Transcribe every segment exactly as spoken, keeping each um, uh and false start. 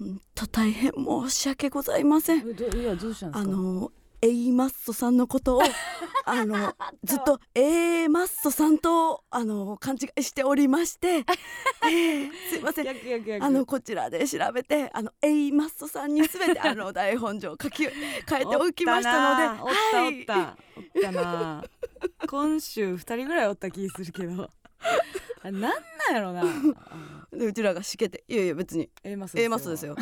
本当大変申し訳ございません。 えどいやどうしたんですか。 あの A マッソさんのことをあのずっと A マッソさんとあの勘違いしておりまして、えー、すいません。 逆逆逆あのこちらで調べてあの A マッソさんにすべてあの台本上書き換えておきましたので、 おったおったおったおったな今週ふたりぐらいおった気するけどあなんなんやろなでうちらがしけていやいや別に A マス A マスですよ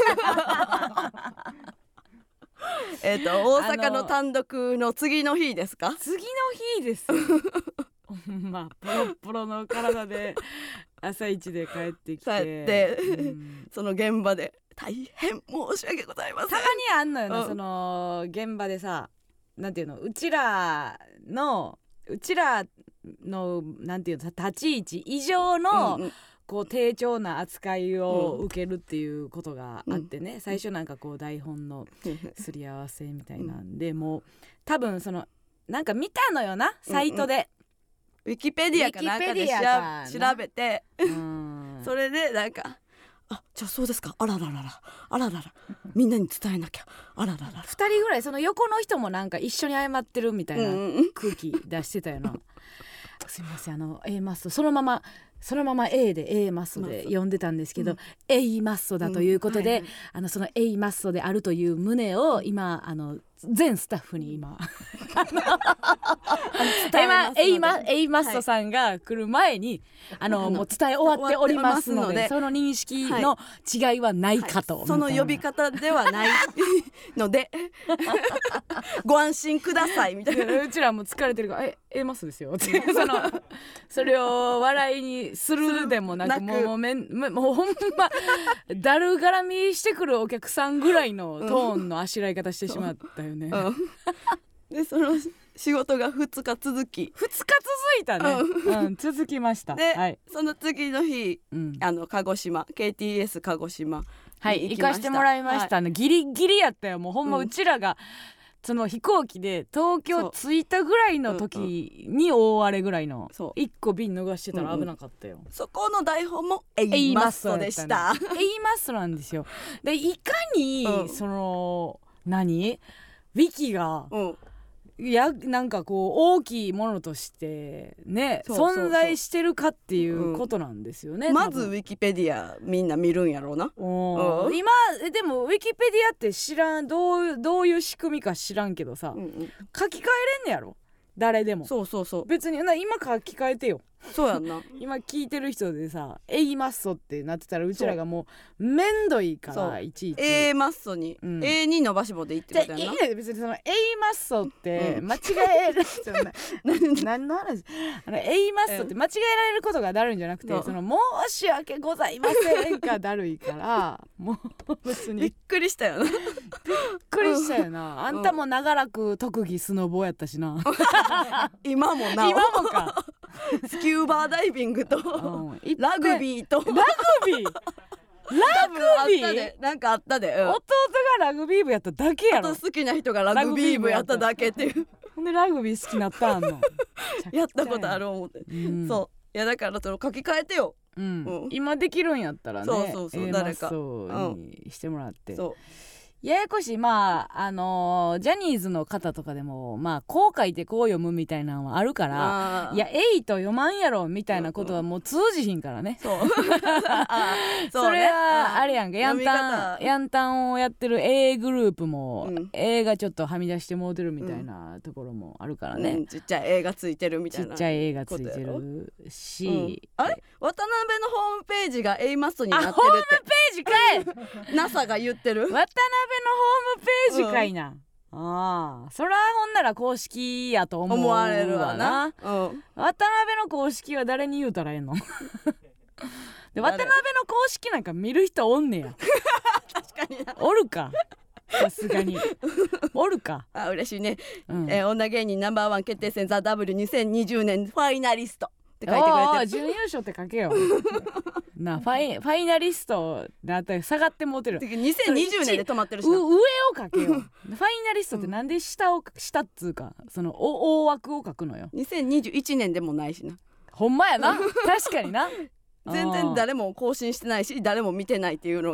えっと大阪の単独の次の日ですか。 次の日ですほんまポロポロの体で朝一で帰ってきて、 帰ってうん、 その現場で大変申し訳ございません。 たまにあんのよな、 うん、 その現場でさなんていうのうちらのうちらのなんていうの立ち位置以上の、うんうん、こう低調な扱いを受けるっていうことがあってね、うん、最初なんかこう台本のすり合わせみたいなんで、うん、もう多分そのなんか見たのよなサイトで、 うんうん、ウィキペディアかなんかで調べて、うん、それでなんかあじゃあそうですかあららららあらららみんなに伝えなきゃあらららふたりぐらいその横の人もなんか一緒に謝ってるみたいな空気出してたよな、うんうん、すいませんあの A マッソそのままそのまま A で A マッソで呼んでたんですけど、うん、A マッソだということで、うんはいはい、あのその A マッソであるという旨を今あの全スタッフに今今 A マッソさんが来る前に、はい、あのもう伝え終わっておりますのでその認識の違いはないかと、 はいはい、その呼び方ではないのでご安心くださいみたいなうちらも疲れてるからえ A マッソですよそのそれを笑いにするでもなくもうもうめんもうほんまだるがらみしてくるお客さんぐらいのトーンのあしらい方してしまったよね、うん、 でその仕事がふつか続きふつか続いたね、うんうん、続きましたで、 はい、 その次の日、うん、あの鹿児島 ケーティーエス 鹿児島はい行かしてもらいました、はい、ギリギリやったよもうほんまうちらが、うんその飛行機で東京着いたぐらいの時に大荒れぐらいのいっこ便逃してたら危なかったよ、 うんうん、そこの台本も A マッソでした A マッソなんですよでいかに、うん、その何ウィキが、うんいやなんかこう大きいものとしてねそうそうそう存在してるかっていうことなんですよね、 うん、まずウィキペディアみんな見るんやろうな、 うん、今でもウィキペディアって知らんどう、どういう仕組みか知らんけどさ、うんうん、書き換えれんねやろ誰でもそうそうそう別にな今書き換えてよそうやんな今聞いてる人でさ A マッソってなってたらうちらがもうめんどいからいちいち A マッソに、うん、A に伸ばし棒でいってことやなじゃいいね別にその A マッソって間違える何の話あの A マッソって間違えられることがだるいんじゃなくて、うん、その申し訳ございませんがだるいからもう別にびっくりしたよなびっくりしたよなあんたも長らく特技スノボやったしな今もな今もかスキューバーダイビングと、うん、ラグビーとラグビーラグビーなんかあったで、うん、 弟がラグビー部やっただけやろあと好きな人がラグビー部やっただけっていうほんでラグビー好きなったんのやったことある思って、うん、そういやだからその書き換えてよ、 うんうん、今できるんやったらねそうそうそう、 A 誰かマッソにしてもらって、 うん、そうややこしいまああのー、ジャニーズの方とかでもまあこう書いてこう読むみたいなのはあるからいやエイと読まんやろみたいなことはもう通じひんからね、うんうん、そうそれはあれやんかヤンタンヤンタンをやってる A グループも、うん、A がちょっとはみ出してもうてるみたいなところもあるからね、うん、 ちっちゃい A がついてるみたいなちっちゃい A がついてるし、うん、 あれ渡辺のホームページが A マストになってるってホームページかいナサ が言ってる渡辺のホームページかいな、うん、ああそらほんなら公式やと思うわな、思われるわな、うん、渡辺の公式は誰に言うたらええので渡辺の公式なんか見る人おんねや確かになおるかさすがにおるかあ嬉しいね、うんえー、女芸人ナンバーワン決定戦ザ・ ダブリューにせんにじゅうねんファイナリストって書いてくれてる準優勝って書けよなファイ、ファイナリストだったら下がってもうてるにせんにじゅうねんで止まってるしな上を書けよファイナリストってなんで下を下っつうかその大枠を書くのよにせんにじゅういちねんでもないしなほんまやな確かにな全然誰も更新してないし誰も見てないっていうのが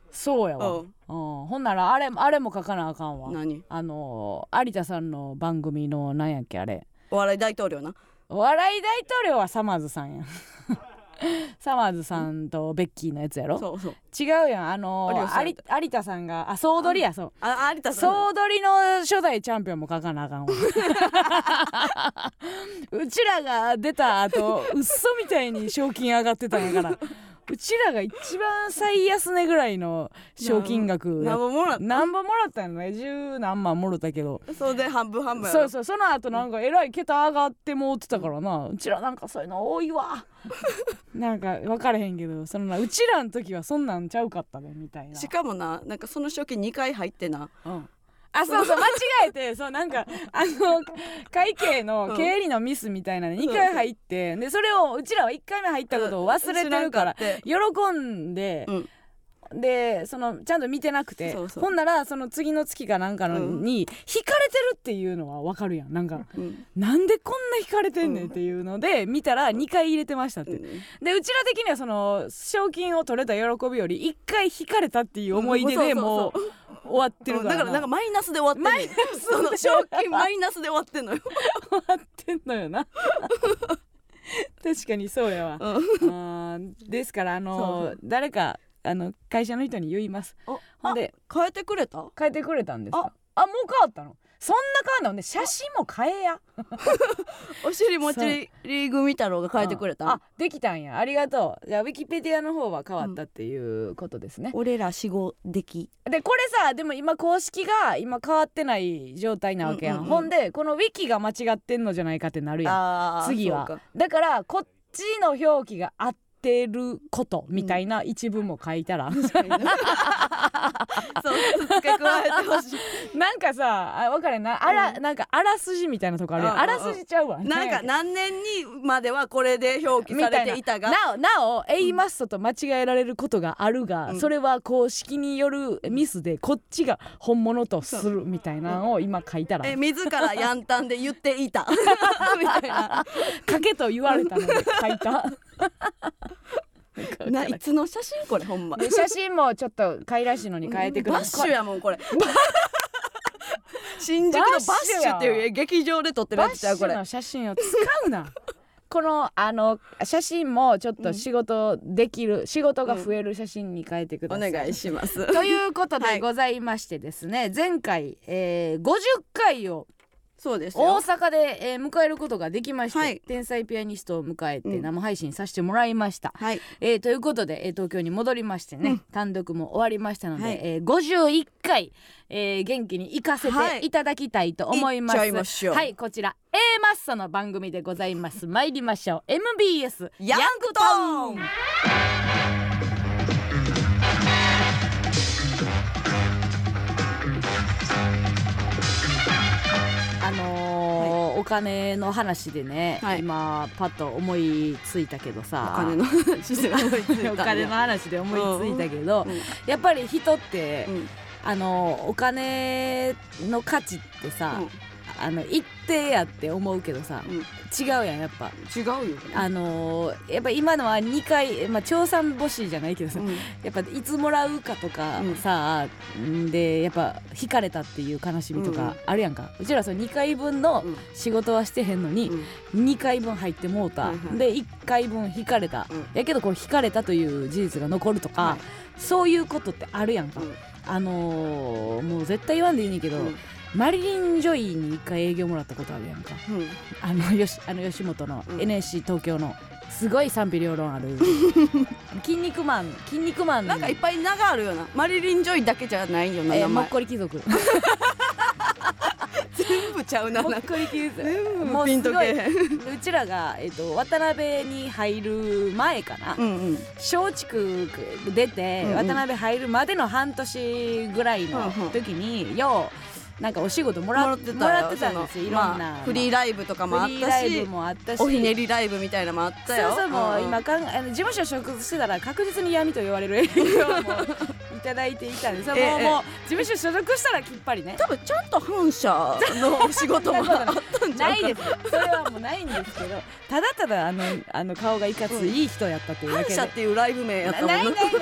そうやわ、うん、ほんならあれあれも書かなあかんわ。 何？ あの有田さんの番組のなんやっけあれ、 お笑い大統領な。 お笑い大統領はサマーズさんやサマーズさんとベッキーのやつやろ。 そうそう違うやん、あのー、有田さんがあ総取りや、そうあ有田さん総取りの初代チャンピオンも書かなあかんわうちらが出た後嘘みたいに賞金上がってたんやからうちらが一番最安値ぐらいの賞金額何本もらった何本もらったんやね。十何万もろたけど、 それで半分半分やろ。 そうそう、その後なんかえらい桁上がってもうってたからな、うちらなんかそういうの多いわなんか分からへんけど、そのなうちらの時はそんなんちゃうかったねみたいな。 しかもな、なんかその賞金にかい入ってな、 うんあそうそう間違えてそうなんかあの会計の経理のミスみたいなのにかい入って、うん、でそれをうちらはいっかいめ入ったことを忘れてるから、うん、喜んで、うん、でそのちゃんと見てなくて、そうそうほんならその次の月かなんかのに、うん、引かれてるっていうのは分かるやん。なんか、うん、なんでこんな引かれてんねんっていうので、うん、見たらにかい入れてましたって、うん、でうちら的にはその賞金を取れた喜びよりいっかい引かれたっていう思い出でもう終わってるからな、 だからなんかマイナスで終わってんのよ。マイナスその賞金マイナスで終わってんのよ終わってんのよな確かにそうやわ、うん、あですからあのー、誰かあの会社の人に言います。 ほんで変えてくれた変えてくれたんですか。ああもう変わったの。そんな変わんのね。写真も変えやお尻もちり組太郎が変えてくれた。 あできたんや、ありがとう。じゃあウィキペディアの方は変わったっていうことですね、 うん、俺ら死後できでこれさ、でも今公式が今変わってない状態なわけやん、うんうんうん、ほんでこのウィキが間違ってんのじゃないかってなるやん次は。かだからこっちの表記があっててることみたいな一文も書いたら、うん、そう付け加えてほしいなんかさあ分かれんなあら、うん、なんかあらすじみたいなとこあるやん、あらすじちゃうわなんか何年にまではこれで表記されていたがなおなお A マストと間違えられることがあるが、うん、それは公式によるミスでこっちが本物とするみたいなのを今書いたら、 え自らヤンタンで言っていたみたいな書けと言われたので書いたないつの写真これほんまで写真もちょっと可愛らしいのに変えてくれバッシュやもんこれ新宿のバッシュっていう劇場で撮ってるやつちゃうこれ。 バッシュの写真を使うなこのあの写真もちょっと仕事できる、うん、仕事が増える写真に変えてください、 お願いしますということでございましてですね、はい、前回、えー、ごじゅっかいをそうですよ大阪で、えー、迎えることができまして、はい、天才ピアニストを迎えて生配信させてもらいました、うんはいえー、ということで、えー、東京に戻りましてね、うん、単独も終わりましたので、はいえー、ごじゅういっかい、えー、元気に行かせていただきたいと思います、 はい、行っちゃいましょう。 はい、こちら A マッソの番組でございます参りましょう。 エムビーエスヤングトーン。 あのーはい、お金の話でね、はい、今パッと思いついたけどさ、 お金の話で思いついたお金の話で思いついたけど、うん、やっぱり人って、うん、あのお金の価値ってさ、うんあの一定やって思うけどさ、うん、違うやんやっぱ違うよ、ね、 あのー、やっぱ今のはにかい、まあ、調査星じゃないけどさ、うん、やっぱいつもらうかとかさ、うん、でやっぱ引かれたっていう悲しみとかあるやんか、うん、うちらそのにかいぶんの仕事はしてへんのに、うん、にかいぶん入ってもうた、うん、でいっかいぶん引かれた、うん、やけどこう引かれたという事実が残るとか、うん、そういうことってあるやんか、うん、あのー、もう絶対言わんでいいねんけど、うんマリリン・ジョイに一回営業もらったことあるやんか、うん、あのよしあの吉本の エヌエスシー 東京のすごい賛否両論ある筋肉マン筋肉マンなんかいっぱい名があるよな。マリリン・ジョイだけじゃないよな、 えー、もっこり貴族全部ちゃうな。 もっこり貴族全部ピンとけへん。 うちらが、えー、と渡辺に入る前かな、うんうん、松竹出て、うんうん、渡辺入るまでの半年ぐらいの時に、うんうん、ようなんかお仕事もらってた、もらってたんですよ。いろんな、 まあ、フリーライブとかもあったし、 フリーライブもあったし、 おひねりライブみたいなのもあったよ。 そうそうもう、うん、今かんあの事務所所属してたら確実に闇と言われる営業もいただいていたんですよ。もう、もう事務所所属したらきっぱりね。 多分ちゃんと反社のお仕事もあったんじゃないです。それはもうないんですけど、ただただあのあの顔がいかついいい人やったというだけで。 反社っていうライブ名やったもん。 ないないない。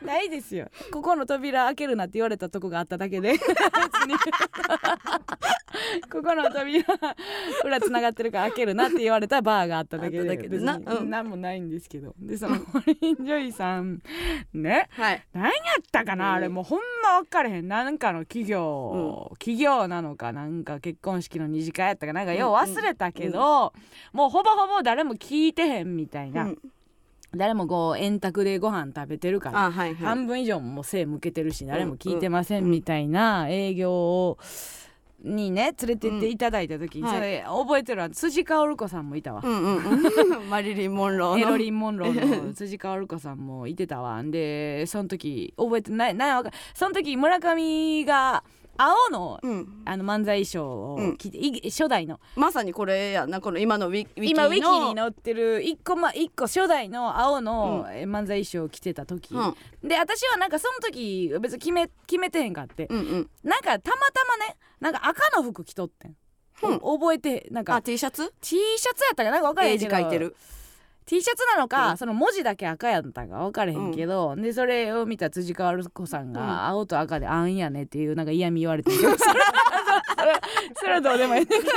ないですよ。ここの扉開けるなって言われたとこがあっただけで別にここの扉裏つながってるから開けるなって言われたバーがあっただけで別に何もないんですけど、でそのモリンジョイさんね、はい、何やったかな、あれもうほんま分かれへん。なんかの企業、うん、企業なのかなんか結婚式の二次会やったかなんかよう忘れたけど、うん、もうほぼほぼ誰も聞いてへんみたいな、うん、誰もこう円卓でご飯食べてるから、はいはい、半分以上も背向けてるし誰も聞いてませんみたいな営業をにね連れてっていただいた時に、うん、それ覚えてるわ。辻香織子さんもいたわ、うんうんうん、 マリリン・モンローのエロリン・モンローの辻香織子さんもいてたわ。でその時覚えてないないわかその時村上が青の、うん、あの漫才衣装を着て、うん、初代のまさにこれやな、この今のウィキの今ウィキに載ってる一個、ま、一個初代の青の漫才衣装を着てた時、うん、で私はなんかその時別に決め決めてへんかって、うんうん、なんかたまたまねなんか赤の服着とってん、うん、覚えてなんかあ T シャツ T シャツやったかなんか分からへんけど絵字書いてる T シャツなのか、うん、その文字だけ赤やったか分かれへんけど、うん、でそれを見た辻香織子さんが青と赤であんやねっていうなんか嫌味言われてるけどそれそれはどうでもいいんだけど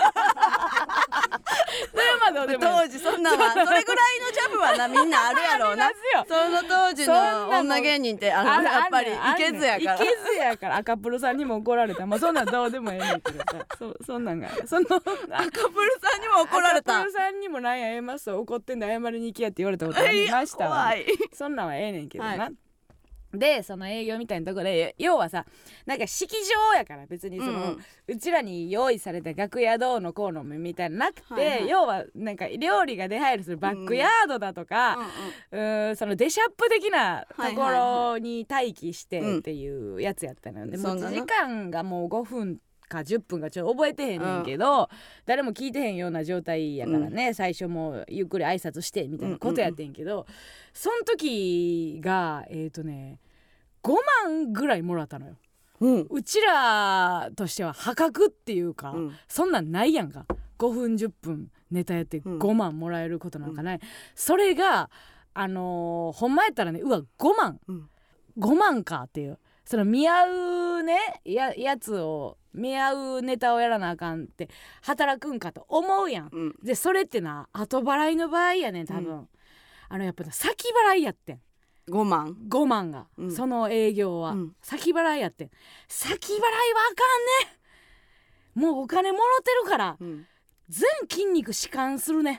それはどうでもいい。 当時そんなはそれぐらいのジャブはなみんなあるやろうなその当時の女芸人ってあのやっぱりいけずやからいけずやから赤プルさんにも怒られた。まあそんなんどうでもいいねんけどさ そ, そんなんがその赤プルさんにも怒られた。 赤プルさんにもなんやええますと怒ってんだ謝りに行きやって言われたことありましたわ。 怖いそんなんはええねんけどな、はい、でその営業みたいなところで要はさなんか式場やから別にその、うん、うちらに用意された楽屋どうのこうのみたいななくて、はいはい、要はなんか料理が出入りするバックヤードだとか、うん、うそのデシャップ的なところに待機してっていうやつやったのよ、うん、でも時間がもうごふんかじゅっぷんかちょっと覚えてへんねんけど、うん、誰も聞いてへんような状態やからね、うん、最初もゆっくり挨拶してみたいなことやってんけど、うんうんうん、その時がえっとねごまんぐらいもらったのよ、うん、うちらとしては破格っていうか、うん、そんなんないやんか。ごふんじゅっぷんネタやってごまんもらえることなんかない、うん、それがあのー、ほんまやったらねうわごまん、うん、ごまんかっていうその見合うね や, やつを見合うネタをやらなあかんって働くんかと思うやん、うん、でそれってな後払いの場合やねん多分、うん、あのやっぱ先払いやってんごまんごまんが、うん、その営業は、うん、先払いやってん。先払いはあかんね。もうお金もろてるから、うん、全筋肉弛緩するね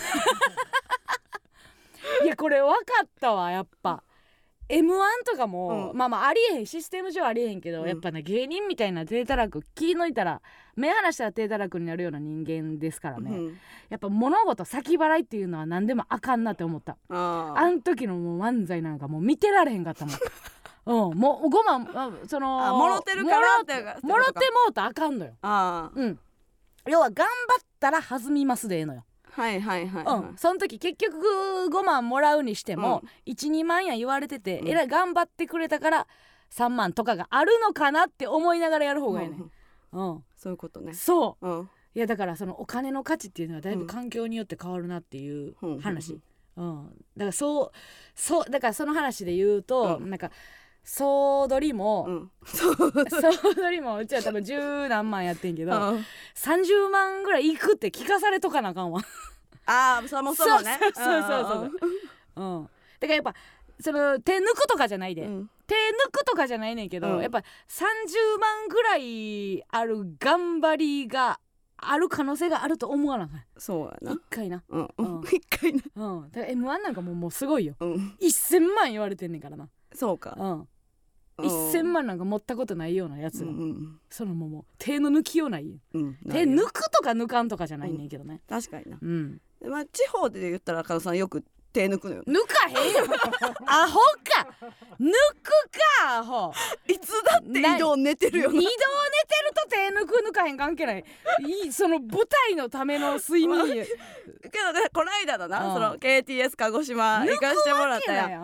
いやこれ分かったわ。やっぱ エムワン とかも、うん、まあまあありえへんシステム上ありえへんけど、うん、やっぱね芸人みたいな低たらく気抜いたら目離したら低たらくになるような人間ですからね、うん、やっぱ物事先払いっていうのは何でもあかんなって思った。 あ, あん時のもう漫才なんかもう見てられへんかったもんうん、もうごまんそのあもろてるからってもろてもうとあかんのよ。あ、うん、要は頑張ったら弾みますでええのよ。 はいはいはい、はい、 うん、その時結局ごまんもらうにしても、うん、いちにまんや言われてて、うん、えらい頑張ってくれたからさんまんとかがあるのかなって思いながらやる方がいいね、うんうん、 そういうことね。 そう、うん、いやだからそのお金の価値っていうのはだいぶ環境によって変わるなっていう話、うんうんうん、だからそうそうだからその話で言うと、うん、なんか総取りも、うん、総取りもうちは多分十何万やってんけど、うん、さんじゅうまんぐらいいくって聞かされとかなあかんわああそもそもねそうそうそうそう、うん、だからやっぱその手抜くとかじゃないで、うん、手抜くとかじゃないねんけど、うん、やっぱさんじゅうまんぐらいある頑張りがある可能性があると思わなかった。 そうやな一回な、 うんうん、一回な、 うん、だから エムワン なんかもう、もうすごいよ、うん、せんまん言われてんねんからな。 そうか、 うん、せんまんなんか持ったことないようなやつが、うんうん、そのもう、もう手の抜きようない、うん、手抜くとか抜かんとかじゃないねんけどね、 うん、確かにな、うんまあ、地方で言ったら赤野さんよく手抜くのよ。 抜かへんよアホか抜くかアホいつだって移動寝てるよな。 移動寝てると手抜く抜かへん関係ないいその舞台のための睡眠けどねこの間だな、うん、その ケーティーエス 鹿児島行かしてもらったやん。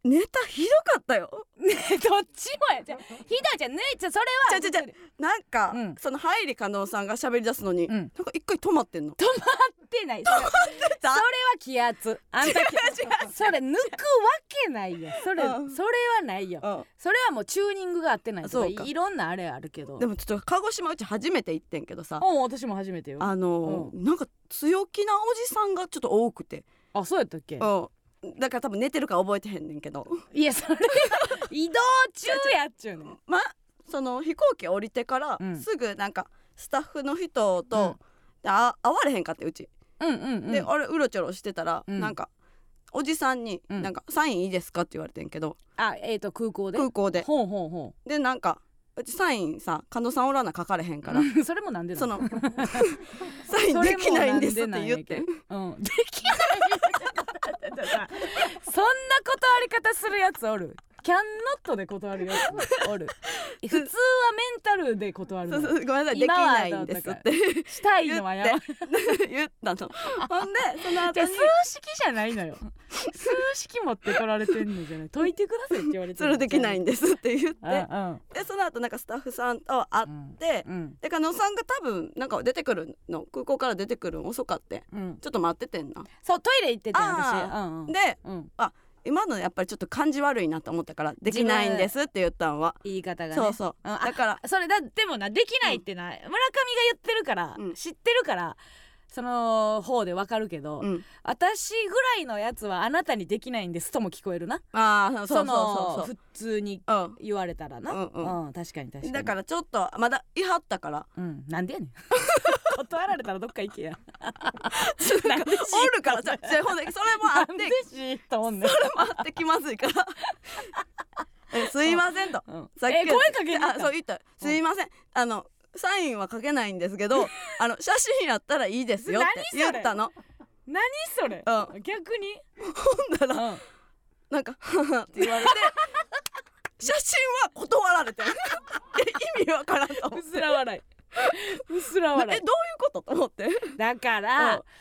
ネタひどかったよねどっちもやじゃひどいじゃんねじゃそれはちゃちゃちゃなんか、うん、その入り加納さんが喋り出すのに、うん、なんか一回止まってんの止まってない止まってたそれは気圧あんたそれ抜くわけないよそれ、うん、それはないよ、うん、それはもうチューニングが合ってないとかいろんなあれあるけどでもちょっと鹿児島うち初めて行ってんけどさうん私も初めてよあのーうん、なんか強気なおじさんがちょっと多くてあそうやったっけうんだから多分寝てるか覚えてへんねんけどいやそれ移動中やっちゅうねんまその飛行機降りてから、うん、すぐなんかスタッフの人と、うん、あ会われへんかってうち、うんうんうん、であれうろちょろしてたら、うん、なんかおじさんに、うん、なんかサインいいですかって言われてんけどあえーと空港で空港でほうほうほうでなんかうちサインさ加納さんおらな書かれへんからそれもなんでそのサインできないんですって言って、 うん、できないそんな断り方するやつおるキャンノットで断るやつおる普通はメンタルで断るのそうそうごめんなさいできないんですってしたいのはや言ったのほんでその後に数式じゃないのよ数式持ってこられてんのじゃない解いてくださいって言われてそれできないんですって言ってうん、でその後なんかスタッフさんと会って、うん、で加納さんが多分なんか出てくるの空港から出てくるの遅かって、うん、ちょっと待っててんなそうトイレ行ってて私、 うんうん、で、うん、あ今のやっぱりちょっと感じ悪いなと思ったからできないんですって言ったんは言い方がねそうそう、うん、だからそれだでもなできないってな、うん、村上が言ってるから、うん、知ってるからその方でわかるけど、うん、私ぐらいのやつはあなたにできないんですとも聞こえるなあそうそうそうそう普通に言われたらな、うんうんうん、確かに確かにだからちょっとまだ言い張ったから、 うん、なんでやねん断られたらどっか行けやなんでおるからじゃあほんでそれもあってなんでしとんねんそれもあって気まずいからえすいませんと、 うん、さっきえ声かけに行ったあそう言ったすいません、うん、あのサインは書けないんですけどあの写真やったらいいですよって言ったの何それ、うん、逆にほんだら、うん、なんかハハって言われて写真は断られて意味わからんとうすら笑いうすら笑いえどういうことと思ってだから、うん、売る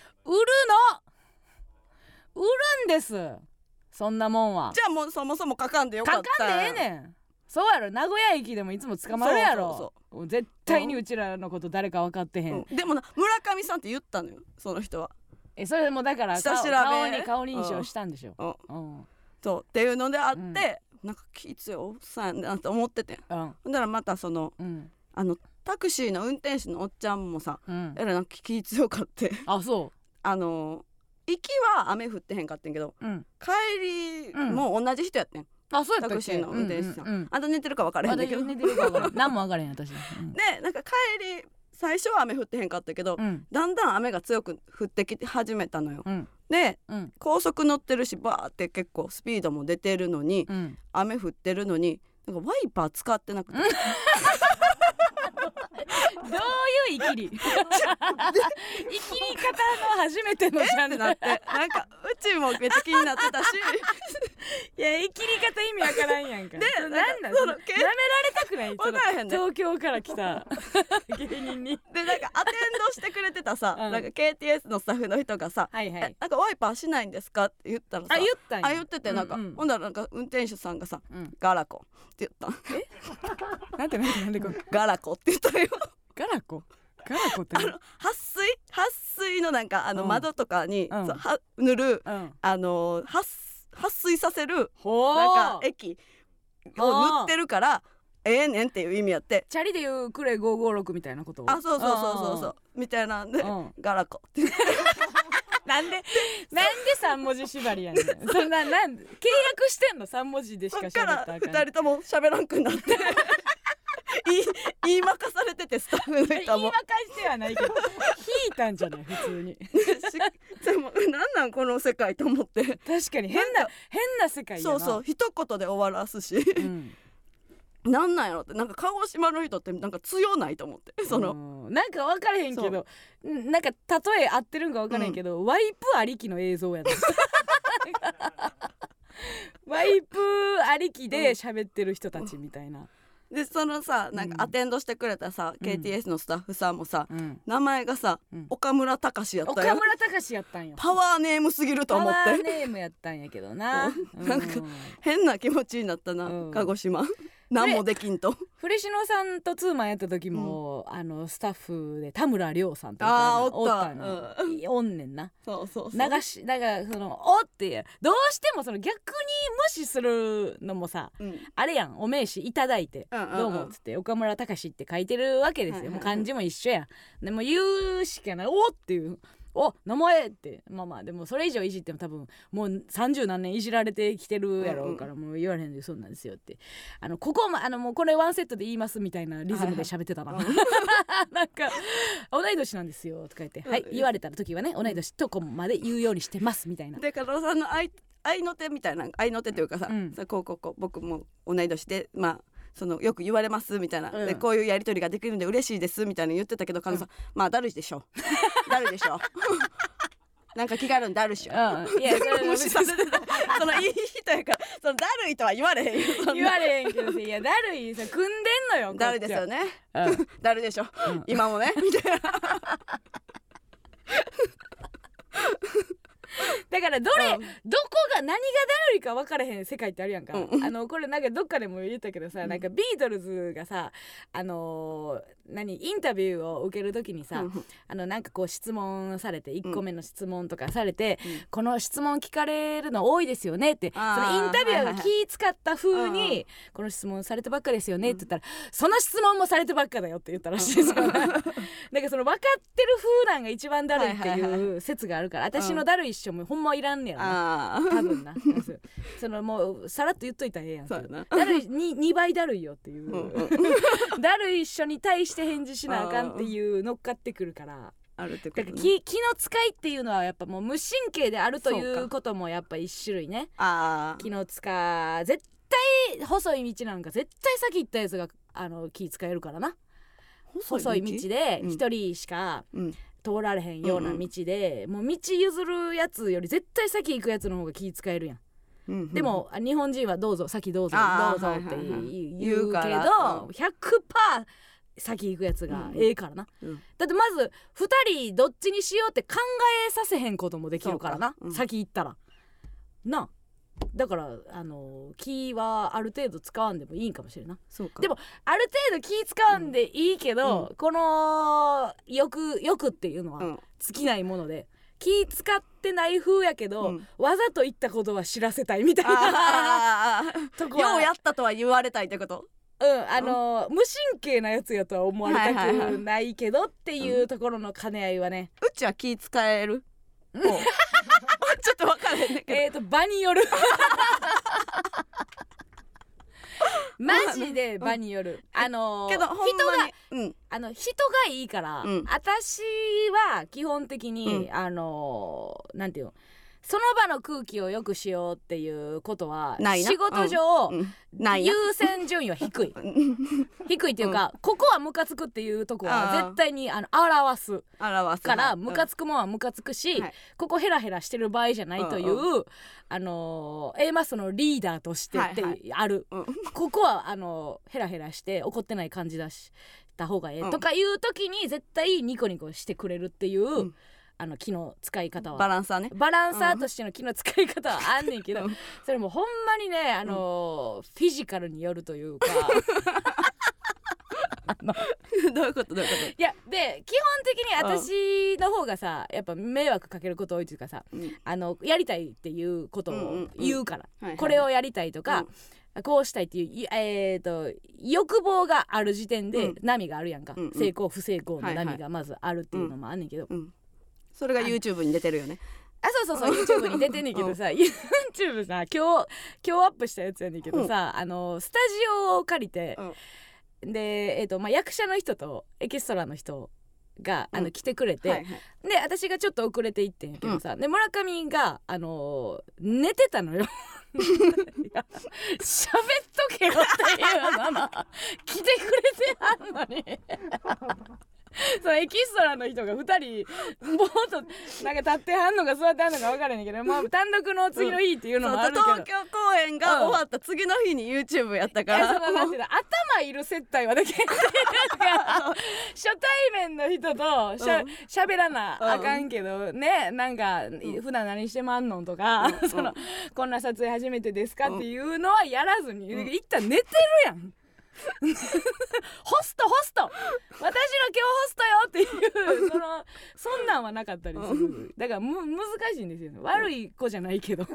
の売るんですそんなもんはじゃあもうそもそも書かんでよかった書かんでええねんそうやろ名古屋駅でもいつも捕まるやろそうそうそう絶対にうちらのこと誰か分かってへん、 うん、でもな村上さんって言ったのよその人はえそれもだから下調べ顔に顔認証したんでしょ、 うんうん、そうっていうのであって、うん、なんか気強いおっさんやなと思ってて、うん、ほんだらまたその、うん、あのタクシーの運転手のおっちゃんもさ、うん、えらなんか気強かってあそうあの行きは雨降ってへんかってんけど、うん、帰りも同じ人やってん、 あそうやったっけタクシーの運転手さん、うんうんうん、あと寝てるか分からへんだけど寝てるか分からへん何も分からへん私、 うん、でなんか帰り最初は雨降ってへんかったけど、うん、だんだん雨が強く降ってき始めたのよ、うん、で、うん、高速乗ってるしバーって結構スピードも出てるのに、うん、雨降ってるのになんかワイパー使ってなくて、うんどういう生きり生きり方の初めてのジャンルなってなんかうちもめっちゃ気になってたしいや生きり方意味わからんやんかでなんなんそのなめられたくないその東京から来た芸人にでなんかアテンドしてくれてたさ、うん、なんか ケーティーエス のスタッフの人がさ、はいはい、なんかワイパーしないんですかって言ったらさあ言ったんやあ言っててなんか、うんうん、ほんだらなんか運転手さんがさ、うん、ガラコって言ったえなんてなんてなんでこれガラコって言ったよガラコガラコってあの撥水撥水のなんかあの窓とかに、うん、は塗る、うん、あの撥水させるなんか液を塗ってるからええねんっていう意味やってチャリでいうクレごひゃくごじゅうろくみたいなことあそうそうそうそうそうみたいなんで、うん、ガラコってなんでなんで三文字縛りやねんそんななん契約してんの三文字でしか喋ったらあかんそっからふたりとも喋らんくなって言い, 言いまかされててスタッフの人も言いまかしてはないけど引いたんじゃない普通にでもなんなんこの世界と思って確かに変な変な世界やなそうそう一言で終わらすし、うん、なんなんやろってなんか鹿児島の人ってなんか強ないと思ってそのなんか分からへんけどなんか例え合ってるんか分からへんけど、うん、ワイプありきの映像やなワイプありきで喋ってる人たちみたいな、 でそのさなんかアテンドしてくれたさ、うん、ケーティーエス のスタッフさんもさ、うん、名前がさ、うん、岡村隆史やったよ。 岡村隆史やったんよ。 パワーネームすぎると思って。 パワーネームやったんやけどな、うん、 なんか変な気持ちになったな、うん、鹿児島何もできんと。 古篠さんとツーマンやった時も、うん、あのスタッフで田村亮さんとかあおったの、うん、おんねんな。 そうそうそう流しだからそのおってどうしてもその逆に無視するのもさ、うん、あれやんお名刺いただいて、うんうんうん、どうもっつって岡村隆史って書いてるわけですよ、はいはいはい、もう漢字も一緒やん。でも言うしかないおっていうお名前ってまあまあでもそれ以上いじっても多分もう三十何年いじられてきてるやろうから、もう言われへんでそうなんですよってあのここもあのもうこれワンセットで言いますみたいなリズムで喋ってたな、はいはい、なんか同い年なんですよとか言って、はい言われた時はね同い年とこまで言うようにしてますみたいな。 で加藤さんの愛愛の手みたいな愛の手というかさ、うん、さこうこうこう僕も同い年でまあそのよく言われますみたいな、うん、でこういうやり取りができるんで嬉しいですみたいな言ってたけど加藤さん、うん、まあだるいでしょだるいでしょなんか気があるんだるいしょ、うん、いやそれ無視させてたそのいい人やからそのだるいとは言われへんよ言われへんけどいやだるいさ組んでんのよだるいですよね、うん、だるいでしょ、うん、今もねみたいなだからどれ、うん、どこが何がだるいか分からへん世界ってあるやんか、うん、あのこれなんかどっかでも言ったけどさ、うん、なんかビートルズがさあのー、何インタビューを受けるときにさ、うん、あのなんかこう質問されていっこめの質問とかされて、うん、この質問聞かれるの多いですよねってそのインタビュアーが気使った風に、はいはい、この質問されてばっかですよねって言ったら、うん、その質問もされてばっかだよって言ったらしいですよ、ね、なんかその分かってる風なんが一番だるいっていう説があるから、はいはいはい、私のだるい一緒もほんまいらんねやろな多分なそのもうさらっと言っといたらええやんだるい に, にばいだるいよっていう、うんうん、だるい一緒に対して返事しなあかんっていう乗っかってくるからあるってこと、ね、 だから 気, 気の使いっていうのはやっぱもう無神経であるということもやっぱ一種類ね。 あ気の使い絶対細い道なんか絶対先行ったやつがあの気使えるからな。細い道で一人しか、うんうん通られへんような道で、うんうん、もう道譲るやつより絶対先行くやつの方が気使えるやん、うんうん、でも日本人はどうぞ先どうぞどうぞって言うけど ひゃくパーセント 先行くやつがええからな、うんうん、だってまずふたりどっちにしようって考えさせへんこともできるからな、うん、先行ったらなだからあの気はある程度使わんでもいいんかもしれんな。そうかでもある程度気使わんでいいけど、うん、この欲欲っていうのは尽きないもので、うん、気使ってない風やけど、うん、わざと言ったことは知らせたいみたいなとこはようやったとは言われたいってことうんあのー、無神経なやつやとは思われたくないけどっていうところの兼ね合いはね、 うちは気使えるちょっと分からへんねんけどえーと場によるマジで場による、うん、あのー、けど人が、うん、あの人がいいから、うん、私は基本的に、うん、あのー、なんていうのその場の空気を良くしようっていうことは仕事上、うん、優先順位は低い低いっていうか、うん、ここはムカつくっていうとこは絶対にあの表すからムカつくもんはムカつくし、はい、ここヘラヘラしてる場合じゃないという、うんうん、あの A マスのリーダーとしてってある、はいはいうん、ここはあのヘラヘラして怒ってない感じだした方がええ、うん、とかいう時に絶対ニコニコしてくれるっていう、うんあの気の使い方はバランサーねバランサーとしての気の使い方はあんねんけど、うん、それもほんまにねあのーうん、フィジカルによるというかあのどういうことどういうこといやで基本的に私の方がさやっぱ迷惑かけること多いというかさ、うん、あのやりたいっていうことを言うから、うんうんうん、これをやりたいとか、うん、こうしたいっていう、えー、と欲望がある時点で波があるやんか、うんうん、成功不成功の波がまずあるっていうのもあんねんけど、うんうんそれが YouTube に出てるよね。 あそうそうそう YouTube に出てんねんけどさ、うん、YouTube さ今日今日アップしたやつやねんけどさ、うん、あのスタジオを借りて、うん、で、えーとまあ、役者の人とエキストラの人が、うん、あの来てくれて、はいはい、で私がちょっと遅れていってんやけどさ、うん、で村上が、あのー、寝てたのよいや喋っとけよっていうの来てくれてはんのにそのエキストラの人がふたりぼーっとなんか立ってはんのか座ってはんのか分からへんけど、まあ、単独の次の日っていうのもあるけど、 東京公演が終わった次の日に YouTube やったから、 うん、そのなんていうの頭いる接待はできへんっていうか初対面の人としゃ、うん、しゃべらなあかんけど、うん、ね、なんか、うん、普段何してまんのんとか、うん、そのこんな撮影初めてですかっていうのはやらずに、うん、一旦寝てるやんホストホスト私の今日ホストよっていうそのそんなんはなかったりする。だからむ難しいんですよね。悪い子じゃないけど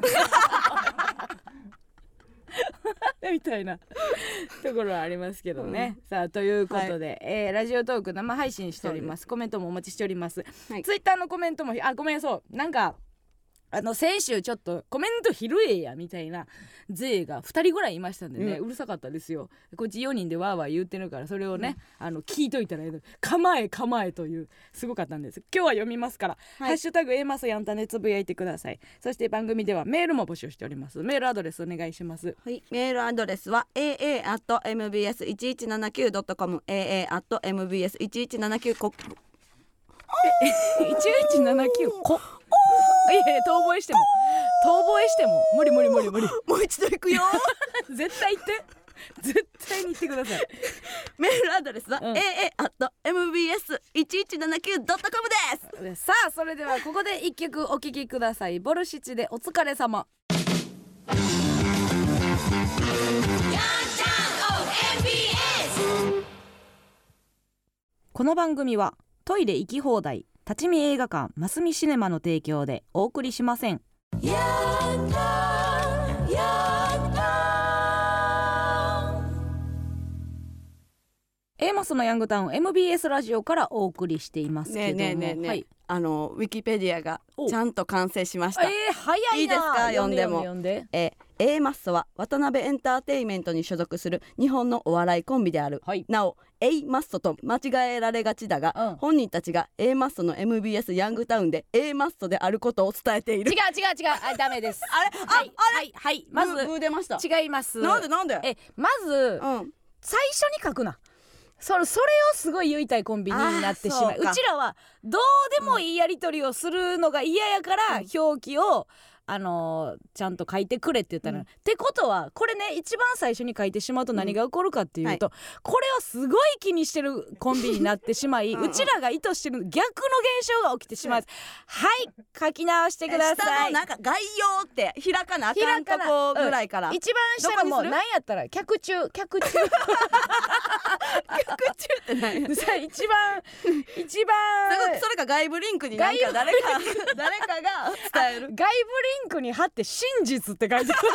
みたいなところはありますけどね、うん、さあということで、はい、えー、ラジオトーク生配信しております。コメントもお待ちしております、はい、ツイッターのコメントもあごめんそうなんかあの先週ちょっとコメント拾えやみたいな勢がふたりぐらいいましたんでね、うん、うるさかったですよ。こっちよにんでワーワー言ってるからそれをね、うん、あの聞いといたら構え構えというすごかったんです。今日は読みますから、はい、ハッシュタグ A マスやんたねつぶやいてください。そして番組ではメールも募集しております。メールアドレスお願いします。 はい、メールアドレスは エーエー アット エムビーエス いちいちななきゅう ドットコム エーエー アット エムビーエス いちいちななきゅう こいちいちななきゅうこいやいや遠吠えしても遠吠えしても無理無理無理無理もう一度行くよ絶対言って絶対に言ってください。 メールアドレスは、うん、エーエー アット エムビーエス いちいちななきゅう ドットコム です。 さあそれではここで一曲お聴きください。ボルシチでお疲れ様。この番組はトイレ行き放題立ち見映画館マスミシネマの提供でお送りしません。やったやった A マスのヤングタウン エムビーエス ラジオからお送りしていますけども、ねえねえねえねえ、はい、 あのウィキペディアがちゃんと完成しました。 えー、早いな。 いいですか読んでも。 読んでえー A マッソは渡辺エンターテイメントに所属する日本のお笑いコンビである、はい、なお A マッソと間違えられがちだが、うん、本人たちが A マッソの エムビーエス ヤングタウンで A マッソであることを伝えている。 違う違う違うあダメですあれあ、はい、あれ、 はいはい、まずブー出ました。 違います。 なんでなんでえまず、うん、最初に書くな。それ、それをすごい言いたいコンビになってしまう。うちらはどうでもいいやり取りをするのが嫌やから、うん、表記をあのー、ちゃんと書いてくれって言ったら、うん、ってことはこれね一番最初に書いてしまうと何が起こるかっていうと、うんはい、これをすごい気にしてるコンビになってしまいうん、うん、ちらが意図してる逆の現象が起きてしまう、うん、はい書き直してください。 下のなんか概要って開かなあかんとこぐらいから、 うん、一番下のもう何やったら客中客中客中って何やさ一番一番それが外部リンクになんか誰か誰かが伝える外部リンクに貼って真実って書いてます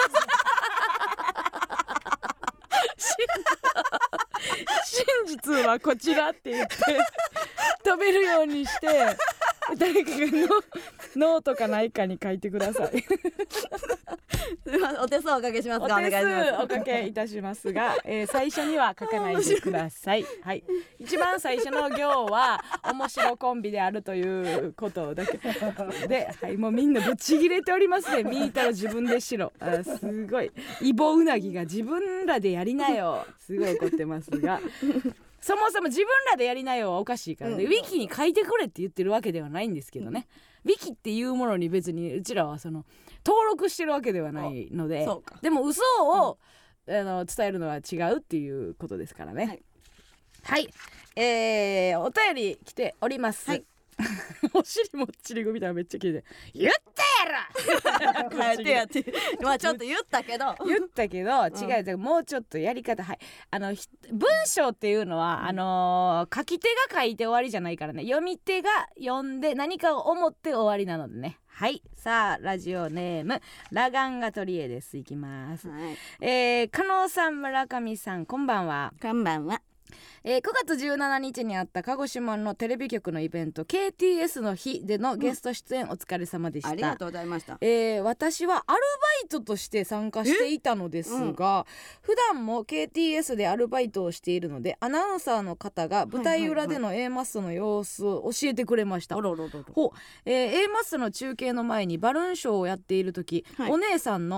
真実はこちらって言って飛べるようにして誰かがノートかないかに書いてくださいお手数おかけしますがお手数おかけいたしますが、えー、最初には書かないでください、はい、一番最初の行は面白コンビであるということだけで、はい、もうみんなぶち切れておりますね。見たら自分でしろあすごいイボウナギが自分らでやりなよすごい怒ってますがそもそも自分らでやりなよはおかしいからね、うん、ウィキに書いてくれって言ってるわけではないんですけどね、うん、ウィキっていうものに別にうちらはその登録してるわけではないので、でも嘘を、うん、あの伝えるのは違うっていうことですからね。はい、はい、えー、お便り来ております、はい、お尻もっちりぐみたいなめっちゃ聞いて言ったやろ変えてやってまあちょっと言ったけど言ったけど違う違う、うん、もうちょっとやり方はいあの文章っていうのは、うん、あのー、書き手が書いて終わりじゃないからね、読み手が読んで何かを思って終わりなのでね。はい、さあラジオネームラガンガトリエです。いきます、はい、えー、加納さん村上さんこんばんは。 こんばんは。 えー、くがつじゅうしちにちにあった鹿児島のテレビ局のイベント ケーティーエス の日でのゲスト出演お疲れ様でした、うん、 ありがとうございました。 えー、私はアルバイトとして参加していたのですが、うん、普段も ケーティーエス でアルバイトをしているのでアナウンサーの方が舞台裏での A マッソの様子を教えてくれました。ほう、えー、A マッソの中継の前にバルーンショーをやっている時、はい、お姉さんの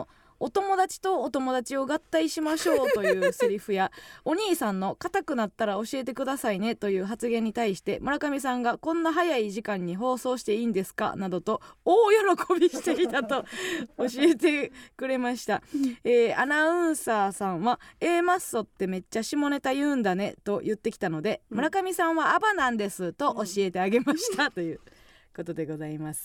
お友達とお友達を合体しましょうというセリフやお兄さんの硬くなったら教えてくださいねという発言に対して村上さんがこんな早い時間に放送していいんですかなどと大喜びしていたと教えてくれました、えー、アナウンサーさんは A マッソってめっちゃ下ネタ言うんだねと言ってきたので、うん、村上さんはアバなんですと教えてあげました、うん、ということでございます。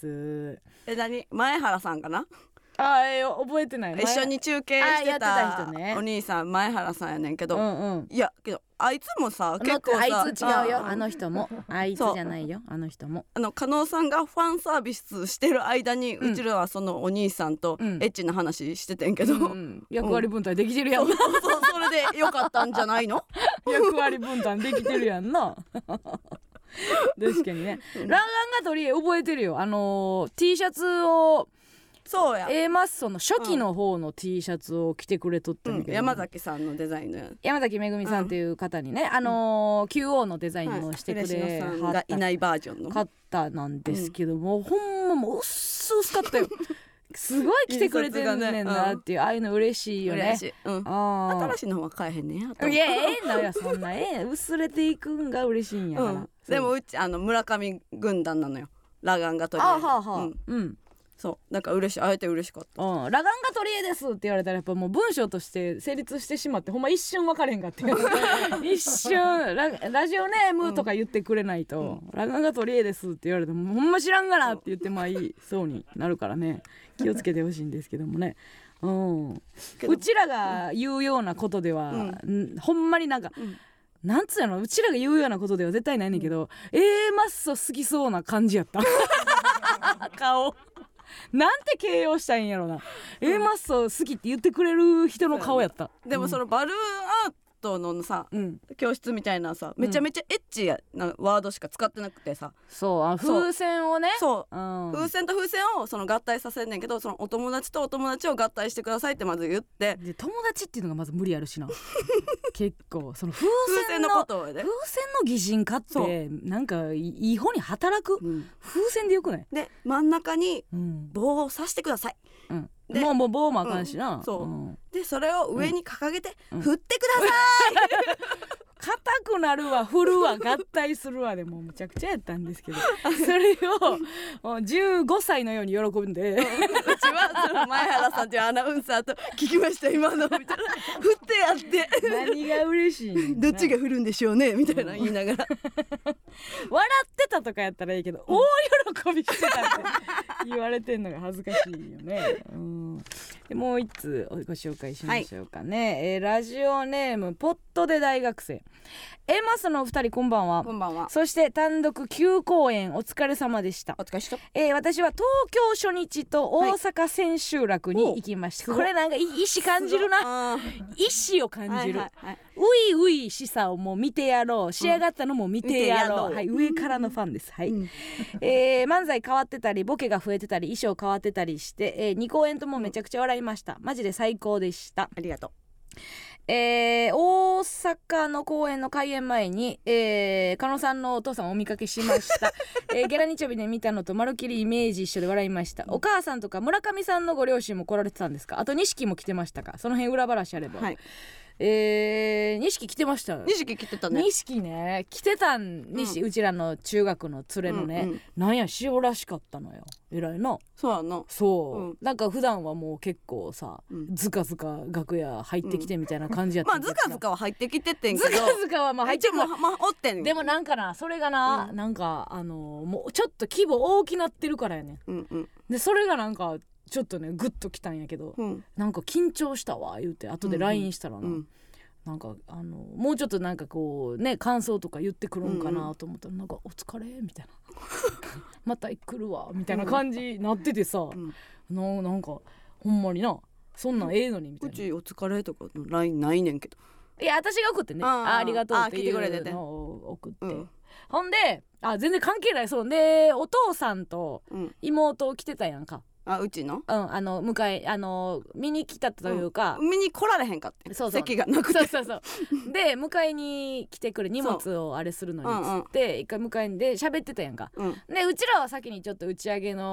え、何前原さんかな。 あ、えー、覚えてない。 一緒に中継してたお兄さん前原さんやねんけど、うんうん、いやけどあいつもさ結構さあいつ違うよ、あの人もあいつじゃないよ、あの人もあの加納さんがファンサービスしてる間に、うん、うちらはそのお兄さんとエッチな話しててんけど、うんうん、 役割分担できてるやん、うん、 そうそうそうそれでよかったんじゃないの役割分担できてるやんな確かにね、うん、ランガンが取り覚えてるよ、あのー、T シャツをそうや A マッソの初期の方の T シャツを着てくれとったんだけど、 うん、山崎さんのデザインの山崎めぐみさんっていう方にね、うん、あのー、キューオー のデザインをしてくれはった、 はい、さんがいないバージョンの方なんですけども、うん、ほんまもう薄々かったよすごい着てくれてるねんなっていう、ああいうの嬉しいよね。 嬉しい、うん、あ新しいの方は買えへんねんや。 いやええのよそんなええ薄れていくんが嬉しいんやから、うん、 でもうちあの村上軍団なのよ、ラガンが取りあはあはあ、うん、うんそうだから嬉しい、あえて嬉しかった、 うん、ラガンが取り柄ですって言われたらやっぱもう文章として成立してしまってほんま一瞬分かれへんかって一瞬 ラ, ラジオネームとか言ってくれないと、うん、ラガンが取り柄ですって言われてもほんま知らんがなって言ってまあいいそうになるからね気をつけてほしいんですけどもね、うん、うちらが言うようなことでは、うん、ほんまになんか、うんなんつうのうちらが言うようなことでは絶対ないねんけど、うん、A マッソ好きそうな感じやった顔なんて形容したいんやろな、うん、A マッソ好きって言ってくれる人の顔やった、 でもそのバルーンアートのさ、うん、教室みたいなさめちゃめちゃエッチなワードしか使ってなくてさ、 そうあ風船をねそう、うん、風船と風船をその合体させんねんけど、そのお友達とお友達を合体してくださいってまず言って、 で友達っていうのがまず無理あるしな結構その風船 の, 風船のことをね、 風船の擬人化ってなんかいい方に働く、うん、風船でよくない？ で真ん中に棒を刺してください、 うん、もうもう棒もあかんしな、 うん、そう、うん、でそれを上に掲げて、うん、振ってください硬くなるわ振るわ合体するわでもうむちゃくちゃやったんですけどそれをじゅうごさいのように喜んで、うん、うちはその前原さんというアナウンサーと聞きました今のみたいな振ってやって何が嬉しいんどっちが振るんでしょうねみたいな言いながら笑ってたとかやったらいいけど、うん、大喜びしてたって言われてんのが恥ずかしいよね、うん、でもう一つご紹介しましょうかね、はい、えー、ラジオネームポットで大学生Aマスのお二人こんばんは。 こんばんは。 そして単独きゅう公演お疲れ様でした。 お疲れした、 えー、私は東京初日と大阪千秋楽に行きました、はい、これなんか意志感じるな意志を感じる、はいはいはい、ういういしさをもう見てやろう、仕上がったのも見てやろう、うん、はい、上からのファンです、はい、うん、えー、漫才変わってたりボケが増えてたり衣装変わってたりして、えー、に公演ともめちゃくちゃ笑いました。マジで最高でした。 ありがとう。 えー、大阪の公演の開演前に、えー、加納さんのお父さんをお見かけしました、えー、ゲラ日曜日で見たのとまるっきりイメージ一緒で笑いました。お母さんとか村上さんのご両親も来られてたんですか？あと錦も来てましたか？その辺裏話あれば。はい、えー、錦来てました。 錦来てたね。 錦ね来てたん西、うん、うちらの中学の連れのね、うんうん、なんや塩らしかったのよ。偉いな。 そうやな。 そう、うん、なんか普段はもう結構さ、うん、ずかずか楽屋入ってきてみたいな感じやったん、 うん、まあずかずかは入ってきてってんけど、 ずかずかはまあ入っても、 まあ、おってん。 でもなんかなそれがな、うん、なんかあのもうちょっと規模大きなってるからやね、うんうん、でそれがなんかちょっとねグッときたんやけど、うん、なんか緊張したわ言うて後で ライン したらな、うんうん、なんかあのもうちょっとなんかこうね感想とか言ってくるんかなと思ったら、うん、なんかお疲れみたいなまた来るわみたいな感じになっててさ、うん、な, なんかほんまになそんなんええのにみたいな。 うちお疲れとかの ライン ないねんけど、 いや私が送ってね あ, あ, ありがとうっていうのを送って、うん、ほんであ全然関係ないそうでお父さんと妹来てたやんか、 あうちの、 うん、あの迎えあの見に来たというか、 うん、見に来られへんかって。そうそう席がなくて、 そうそうそうで迎えに来てくれ荷物をあれするのにっつって、うんうん、一回迎えんで喋ってたやんか、うん、でうちらは先にちょっと打ち上げの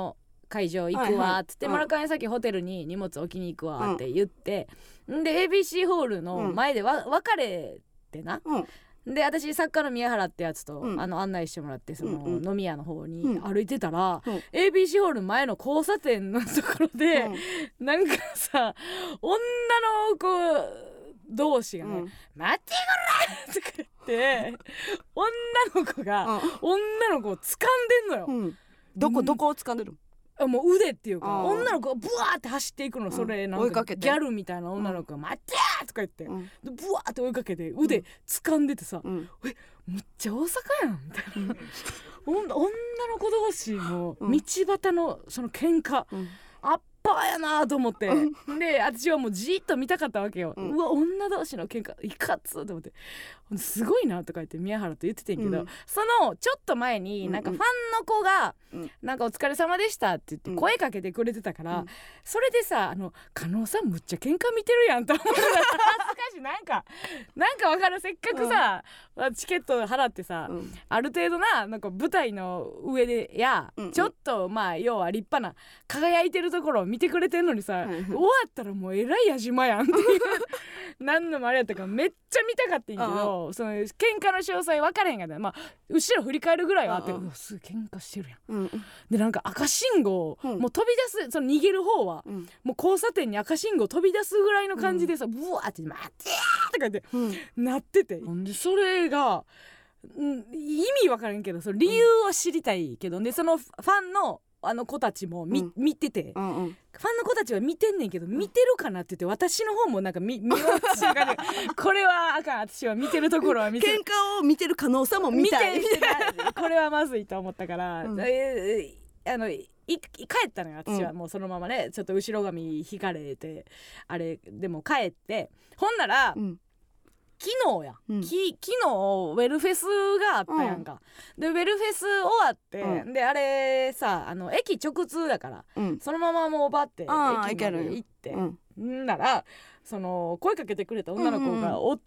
会場行くわっつって、はいはい、村上さっきホテルに荷物置きに行くわって言って、うん、で エービーシー ホールの前でわ、うん、別れてな、うん、で私作家の宮原ってやつと、うん、あの案内してもらってその、うん、飲み屋の方に歩いてたら、うん、エービーシー ホール前の交差点のところで、うん、なんかさ女の子同士がね、うん、待ってくれとか言って女の子が、うん、女の子を掴んでんのよ、うん、 どこどこを掴んでるの？もう腕っていうか女の子がブワーって走っていくの、それなんかギャルみたいな女の子が、うん、待ってとか言って、うん、ブワーって追いかけて腕掴んでてさ、うん、えむっちゃ大阪やんみたいな、うん、女の子同士の道端のその喧嘩、うん、あっパーやなと思ってで私はもうじーっと見たかったわけよ、うん、うわ女同士の喧嘩いかつと思ってすごいなとか言って宮原と言っててんけど、うん、そのちょっと前になんかファンの子が、うん、なんかお疲れ様でしたって言って声かけてくれてたから、うん、それでさあの加納さんむっちゃ喧嘩見てるやんと思って恥ずかしいなんかなんか分かるせっかくさ、うん、チケット払ってさ、うん、ある程度な、なんか舞台の上でや、うんうん、ちょっとまあ要は立派な輝いてるところを見てくれてんのにさ、うん、終わったらもうえらいやじまやんっていう何のもあれやったからめっちゃ見たかったんやけど、その喧嘩の詳細分からへんかった、まあ、後ろ振り返るぐらいはあって、うわすぐ喧嘩してるやん、うん、でなんか赤信号、うん、もう飛び出すその逃げる方は、うん、もう交差点に赤信号飛び出すぐらいの感じでさ、うん、ブワーって待ってーとか言って、うん、なってて、でそれが、うん、意味分からんけどその理由は知りたいけど、でそのファンのあの子たちも 見,、うん、見てて、うんうん、ファンの子たちは見てんねんけど見てるかなって言って私の方もなんか 見, 見ようとかこれはあかん、私は見てるところは見てる喧嘩を見てる可能性も見たい見てこれはまずいと思ったから、うん、えー、あのい帰ったのよ私は、もうそのままねちょっと後ろ髪引かれてあれでも帰ってほんなら、うん、昨日や、うん、き昨日ウェルフェスがあったやんか、うん、でウェルフェス終わって、うん、であれさあの駅直通だから、うん、そのままもうバッて駅まで行って、うん、んならその声かけてくれた女の子がおって、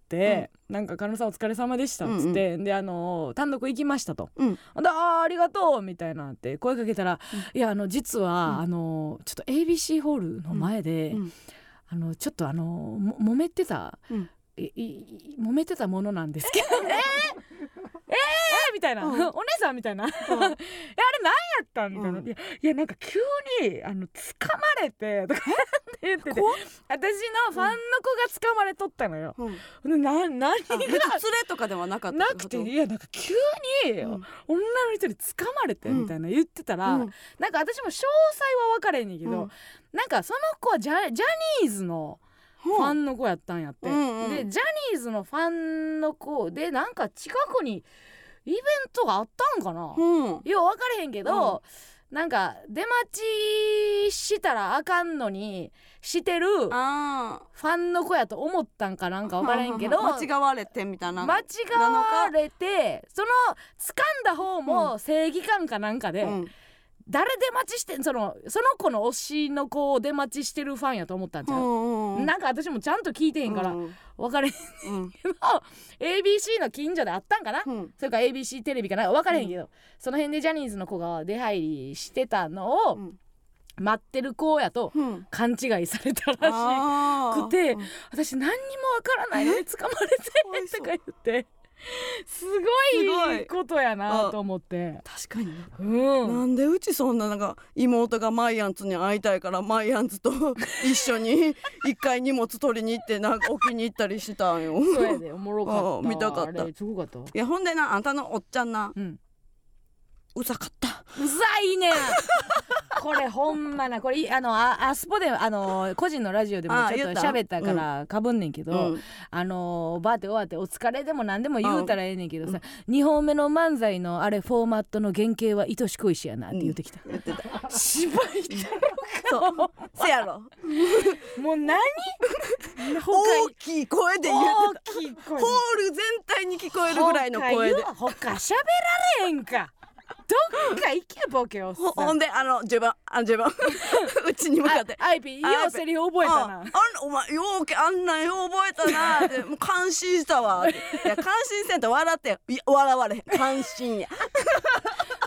うんうん、なんか加納さんお疲れ様でしたっつって、うんうん、であの単独行きましたと、うん、あ, ありがとうみたいなって声かけたら、うん、いやあの実は、うん、あのちょっと エービーシー ホールの前で、うんうん、あのちょっとあのも揉めてた、うんいい揉めてたものなんですけどえー、えー、みたいな、うん、お姉さんみたいな、うん、あれ何やったんみたいな、うん、いやいやなんか急にあの掴まれてとかって言ってて私のファンの子が掴まれとったのよ、うん、な何が連れとかではなかったなくていやなんか急に、うん、女の人に掴まれてみたいな言ってたら、うん、なんか私も詳細は分かれんねんけど、うん、なんかその子はジャ、ジャニーズのファンの子やったんやって、うんうん、でジャニーズのファンの子でなんか近くにイベントがあったんかな、うん、よう分かれへんけど、うん、なんか出待ちしたらあかんのにしてるファンの子やと思ったんかなんか分からへんけど間違われてみたいな間違われてその掴んだ方も正義感かなんかで、うん、誰出待ちしてんそのその子の推しの子を出待ちしてるファンやと思ったんちゃう、うんうん、なんか私もちゃんと聞いてへんから分かれへんけど、うん、エービーシー の近所であったんかな、うん、それから エービーシー テレビかな分かれへんけど、うん、その辺でジャニーズの子が出入りしてたのを、うん、待ってる子やと勘違いされたらしくて、うん、私何にも分からないのに掴まれてとか言ってすごいことやなと思って確かに、うん、なんでうちそんななんか妹がマイアンツに会いたいからマイアンツと一緒に一回荷物取りに行ってなんか置きに行ったりしたんよそうやでおもろかった見たかったすごかったいやほんでなあんたのおっちゃんな、うん、うざかったうざいねんこれほんまなこれあの あ, あスポであの個人のラジオでもちょっと喋ったからかぶんねんけど、うん、あのバーって終わってお疲れでも何でも言うたらええねんけどさ、うん、にほんめの漫才のあれフォーマットの原型は愛し恋しやなって言ってきた、うん、言ってた芝居だろかそうせやろもう何大きい声で言うてた大きい声ホール全体に聞こえるぐらいの声でほか喋られへんかどっか行けボケをほ, ほんであの自分あ自分うちに向かってアイピーようセリフ覚えたな あ, あお前ようけあんなんよう覚えたなってもう感心したわっていや感心せんと笑っていや笑われへん感心や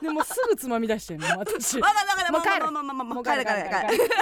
でもすぐつまみ出してんの私。 わかんなかった。 もう帰るまあまあまあまあまあもう帰る帰る帰る帰る。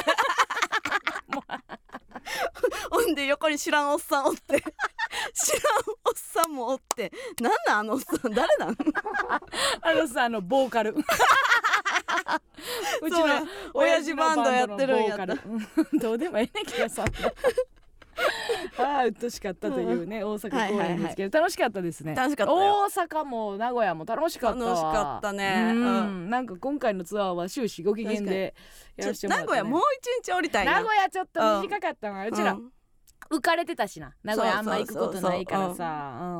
ほんで横に知らんおっさんおって知らんおっさんもおって、なんなんあのおっさん誰なんあのさ、あのボーカルうちの親父バンドやってるんやった。 どうでもええねんけどそんなああうっとしかったというね、大阪公演ですけど、はいはいはい、楽しかったですね。 楽しかったよ。 大阪も名古屋も楽しかったわ。 楽しかったね。 うん、うん、なんか今回のツアーは終始ご機嫌でやらせてもらった、ね、 名古屋もう一日降りたいな。 名古屋ちょっと短かったわ、うん、うちら、うん浮かれてたしな、名古屋あんま行くことないからさ、うん、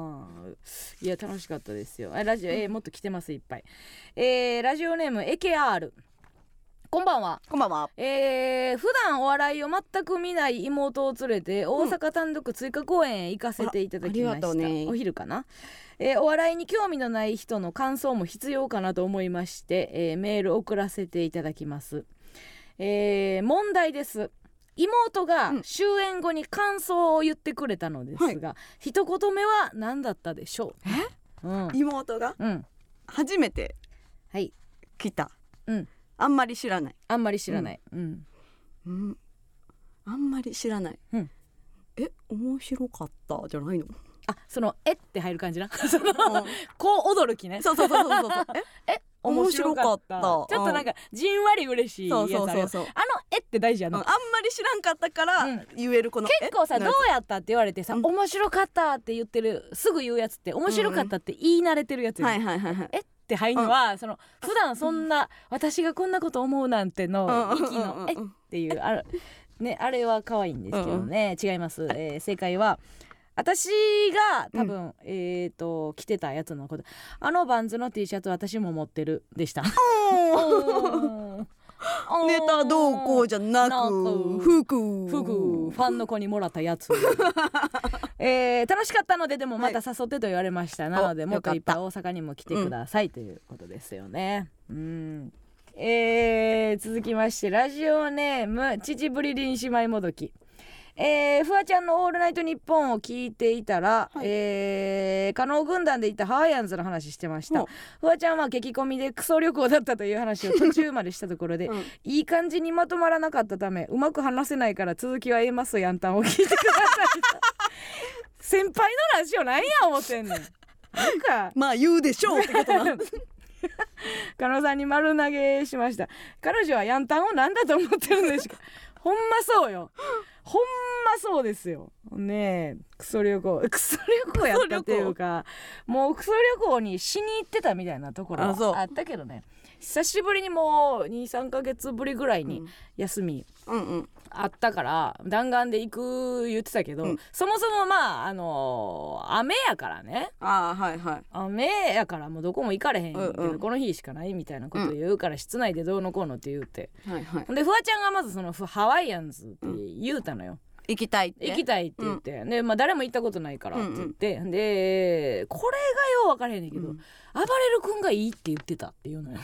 いや楽しかったですよ。ラジオ、えー、もっと来てますいっぱい。えー、ラジオネーム エーケーアール、 こんばんは。 こんばんは。 えー、普段お笑いを全く見ない妹を連れて大阪単独追加公演へ行かせていただきました、うんね、お昼かな。えー、お笑いに興味のない人の感想も必要かなと思いまして、えー、メール送らせていただきます。えー、問題です。妹が終演後に感想を言ってくれたのですが、うん、一言目は何だったでしょう。 え、うん、妹が、うん、初めて来た、はい、あんまり知らないあんまり知らない、うんうん、あんまり知らない、うん、え面白かったじゃないの。 あ、そのえって入る感じなその、うん、こう踊る気ね。 そうそうそうそうそうええ面白かった。ちょっとなんかじんわり嬉しいやつある。そうそうそうそう、あのえって大事やな、 うん、あんまり知らんかったから言えるこの、 うん、結構さどうやったって言われてさ、うん、面白かったって言ってるすぐ言うやつって面白かったって言い慣れてるやつ、うん、はいはいはいはい、えって入るのは、うん、その普段そんな、うん、私がこんなこと思うなんての息のえっていうあれ、ね、あれは可愛いんですけどね、うん、違います、えー、正解は私が多分、うん、えーと着てたやつのこと、あのバンズの T シャツ私も持ってるでした。ネタどうこうじゃなく服服ファンの子にもらったやつ、えー、楽しかったのででもまた誘ってと言われました、はい、なのでもっといっぱい大阪にも来てください、うん、ということですよね。うん、えー、続きましてラジオネーム秩父りりん姉妹もどき。えー、フワちゃんのオールナイトニッポンを聞いていたら、はい、えー、加納軍団で行ったハワイアンズの話してました。フワちゃんは激コミでクソ旅行だったという話を途中までしたところで、うん、いい感じにまとまらなかったためうまく話せないから続きは A マスやんたんを聞いてください先輩のラジオなんや思ってんねん。なんかまあ言うでしょうってことなん加納さんに丸投げしました。彼女はヤンタンを何だと思ってるんでしょうかほんまそうよ、ほんまそうですよねえ。クソ旅行クソ旅行やったっていうかもうクソ旅行にしに行ってたみたいなところはあったけどね、久しぶりにもう にさんかげつぶりぐらいに休みあったから弾丸で行く言ってたけど、うん、そもそもまああのー、雨やからね。 あ、はいはい、 雨やからもうどこも行かれへんけど、うんうん、この日しかないみたいなこと言うから、うん、室内でどうのこうのって言うて、はいはい、でフワちゃんがまずそのハワイアンズって言うたのよ、うん、 行きたいって行きたいって言って、うん、で、まあ、誰も行ったことないからって言って、うんうん、でこれがよう分からへんねんけど、うん、あばれる君がいいって言ってたっていうのよ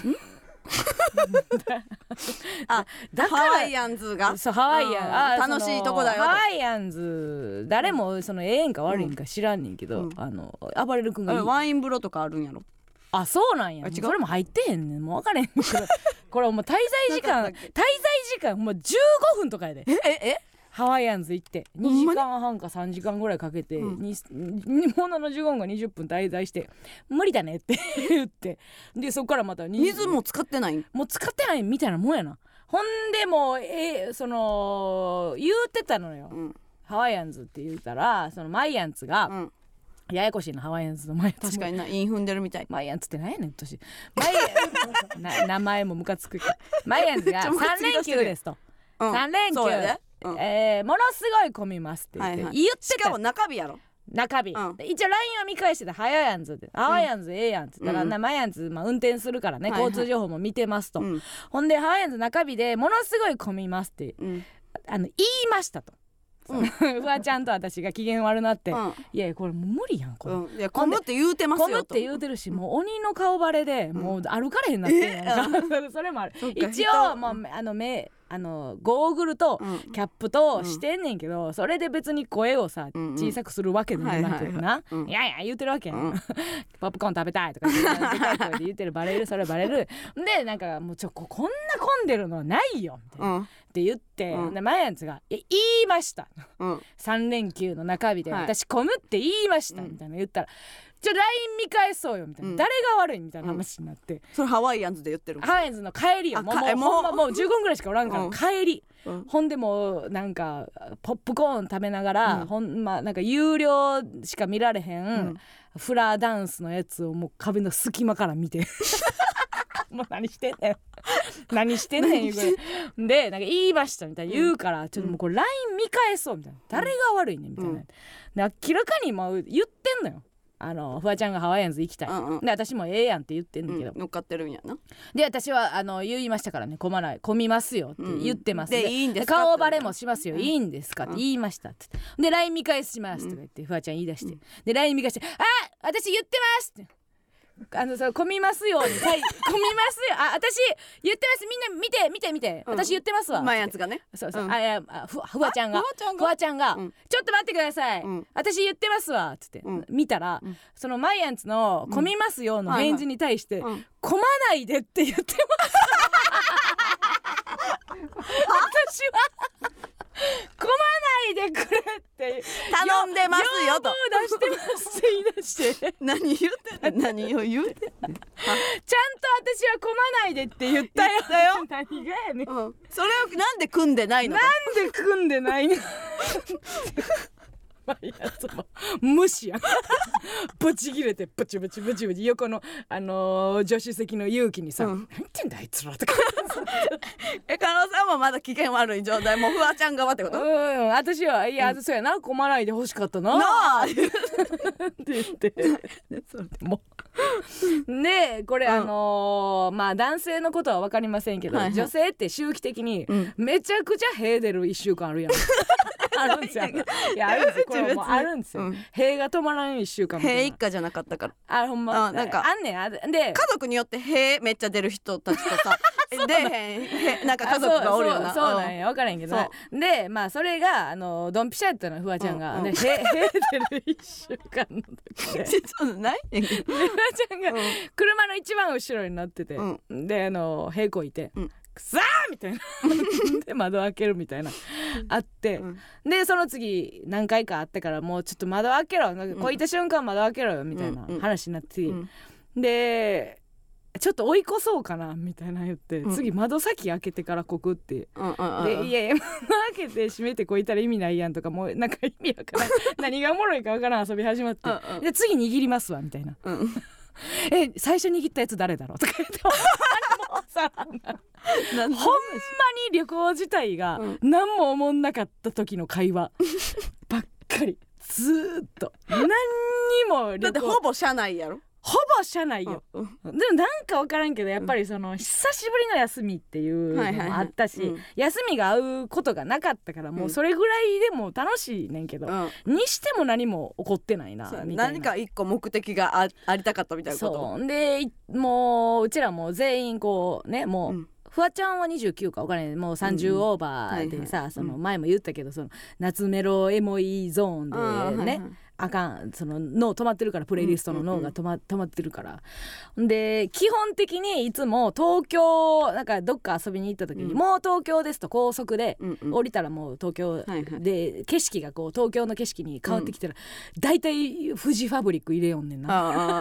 あ、だからハワイアンズがそうハワイアン、 あ楽しいとこだよと。 ハワイアンズ誰もそのええんか悪いんか知らんねんけど、うん、あの暴れる君がいい。 ワイン風呂とかあるんやろ。 あ、そうなんや。それも入ってへんねん。もう分からへんけどこれもう滞在時間滞在時間もうじゅうごふんとかやで。 えええハワイアンズ行ってにじかんはんかさんじかんぐらいかけて、うん、にもののじゅうごふんがにじゅっぷん滞在して無理だねって言ってでそっからまた水も使ってないもう使ってないみたいなもんやな。ほんでもう、えー、その言うてたのよ、うん、ハワイアンズって言うたらそのマイアンツが、うんややこしいなハワイアンズのマイアンツ。 確かにな、イン踏んでるみたい。 マイアンツって何やねん年マイな名前もムカつくマイアンズがさん連休ですと、うん、さん連休、うんえー、ものすごい混みますって言って、はいはい、言ってた。 しかも中日やろ中日、うん、一応 ライン は見返してたハワイアンズでハワイアンズええやんって言ったら、うん、マイアンズ、まあ、運転するからね、はいはい、交通情報も見てますと、うん、ほんでハワイアンズ中日でものすごい混みますって、うん、あの言いましたと。うん、フワちゃんと私が機嫌悪なって、うん、いやいやこれもう無理やんこれ、うん、 いや混むって言うてますよと混むって言うてるしもう鬼の顔バレでもう歩かれへんなってんやんか、うん、それもある。一応もうあの目あのゴーグルとキャップとしてんねんけど、うん、それで別に声をさ、うんうん、小さくするわけでもなくな、いやいや言うてるわけやん、うん、ポップコーン食べたいとかでかい声で言ってるバレるそれバレるでなんかもうちょこんな混んでるのないよみたいな、うん、って言って、うん、でマヤンツが言いました、うん、さん連休の中日で、はい、私混むって言いました、うん、みたいな言ったらじゃあ ライン 見返そうよみたいな、うん、誰が悪いみたいな話になって、うん、 それハワイアンズで言ってるハワイアンズの帰りよもうもうもうもうもうじゅうごふんぐらいしかおらんから、うん、帰り、うん、ほんでもうなんかポップコーン食べながら、うん、ほんまなんか有料しか見られへん、うん、フラダンスのやつをもう壁の隙間から見てもう何してんねん何してんねん言うぐらいでなんか言いましたみたいな言うから、うん、ちょっともうこれ ライン 見返そうみたいな、誰が悪いねんみたいな、うん、で明らかにもう言ってんのよ、あのフワちゃんがハワイアンズ行きたい、うんうん、で私もええやんって言ってんだけど、 うん、乗っかってるんやな。で私はあの言いましたからね、混まない混みますよって言ってます、 うん、でいいんですか、 顔バレもしますよ、うん、いいんですかって言いましたって、うん、で ライン 見返しますとか言ってフワちゃん言い出して、うん、で ライン 見返してあ私言ってますってあのそう混みますように、はい、混みますよあ私言ってますみんな見て見て見て、うん、私言ってますわ前やつがねそうそう、うん、あいやふふわちゃんがふわちゃんが、うん、ちょっと待ってください、うん、私言ってますわつって、うん、見たら、うん、そのマイアンツの混みますよの返事に対して、うんはいはい、混まないでって言ってます私は混まないでくれって頼んでますよと要望出してますって言い出して何言ってんの何を言うてんのちゃんと私は混まないでって言ったよ言何がやねん、 うん、それをなんで組んでないのなんで組んでないのまあいやつも無視やブチ切れてブチブチブチブチ横の、あのー、助手席の勇気にさ、うん、なんて言うんだあいつらとかえ加納さんもまだ機嫌悪い状態、もうフワちゃん側ってこと？ うん私はいや、うん、そうやな混まないで欲しかったななあって言ってもうでこれ、うん、あのー、まあ男性のことは分かりませんけど、はいはい、女性って周期的にめちゃくちゃ屁出るいっしゅうかんあるやんあるんですよいやあるんですよこれもうあるんですよ、うん、塀が止まらんいっしゅうかんみたいな塀一家じゃなかったからあほんまあなんかあんねんあで家族によって塀めっちゃ出る人たちとさ出へんなんか家族がおるよなそうそうそうなんや分からんけどでまあそれがあのドンピシャやったのフワちゃんが、うんうん、で塀出るいっしゅうかんの時でそうないねんけどフワちゃんが車の一番後ろになってて、うん、であの塀こいて、うんくさーみたいなで窓開けるみたいなあって、うん、でその次何回かあってからもうちょっと窓開けろなんかこういった瞬間窓開けろよみたいな話になって、うんうん、でちょっと追い越そうかなみたいな言って、うん、次窓先開けてからこくって、うんうんうん、でいやいや窓開けて閉めてこいたら意味ないやんとかもうなんか意味わからん何がおもろいかわからん遊び始まって、うんうん、で次握りますわみたいな、うん、え最初握ったやつ誰だろうとか言ってもうさほんまに旅行自体が何も思んなかった時の会話ばっかりずーっと何にも旅行だってほぼ車内やろほぼ車内よ、うんうん、でもなんか分からんけどやっぱりその、うん、久しぶりの休みっていうのもあったし、はいはいはいうん、休みが合うことがなかったからもうそれぐらいでも楽しいねんけど、うん、にしても何も起こってないなみたいな何か一個目的が あ, ありたかったみたいなことそうでもううちらも全員こうねもう、うんフワちゃんはにじゅうきゅうかお金もうさんじゅうオーバーでさ、うんはいはい、その前も言ったけどその夏メロエモいゾーンでね、はいはい、あかんその脳止まってるからプレイリストの脳が止 ま,、うんうん、止まってるからで基本的にいつも東京なんかどっか遊びに行った時に、うん、もう東京ですと高速で、うんうん、降りたらもう東京で、はいはい、景色がこう東京の景色に変わってきたら、うん、だいたいフジファブリック入れよんねんな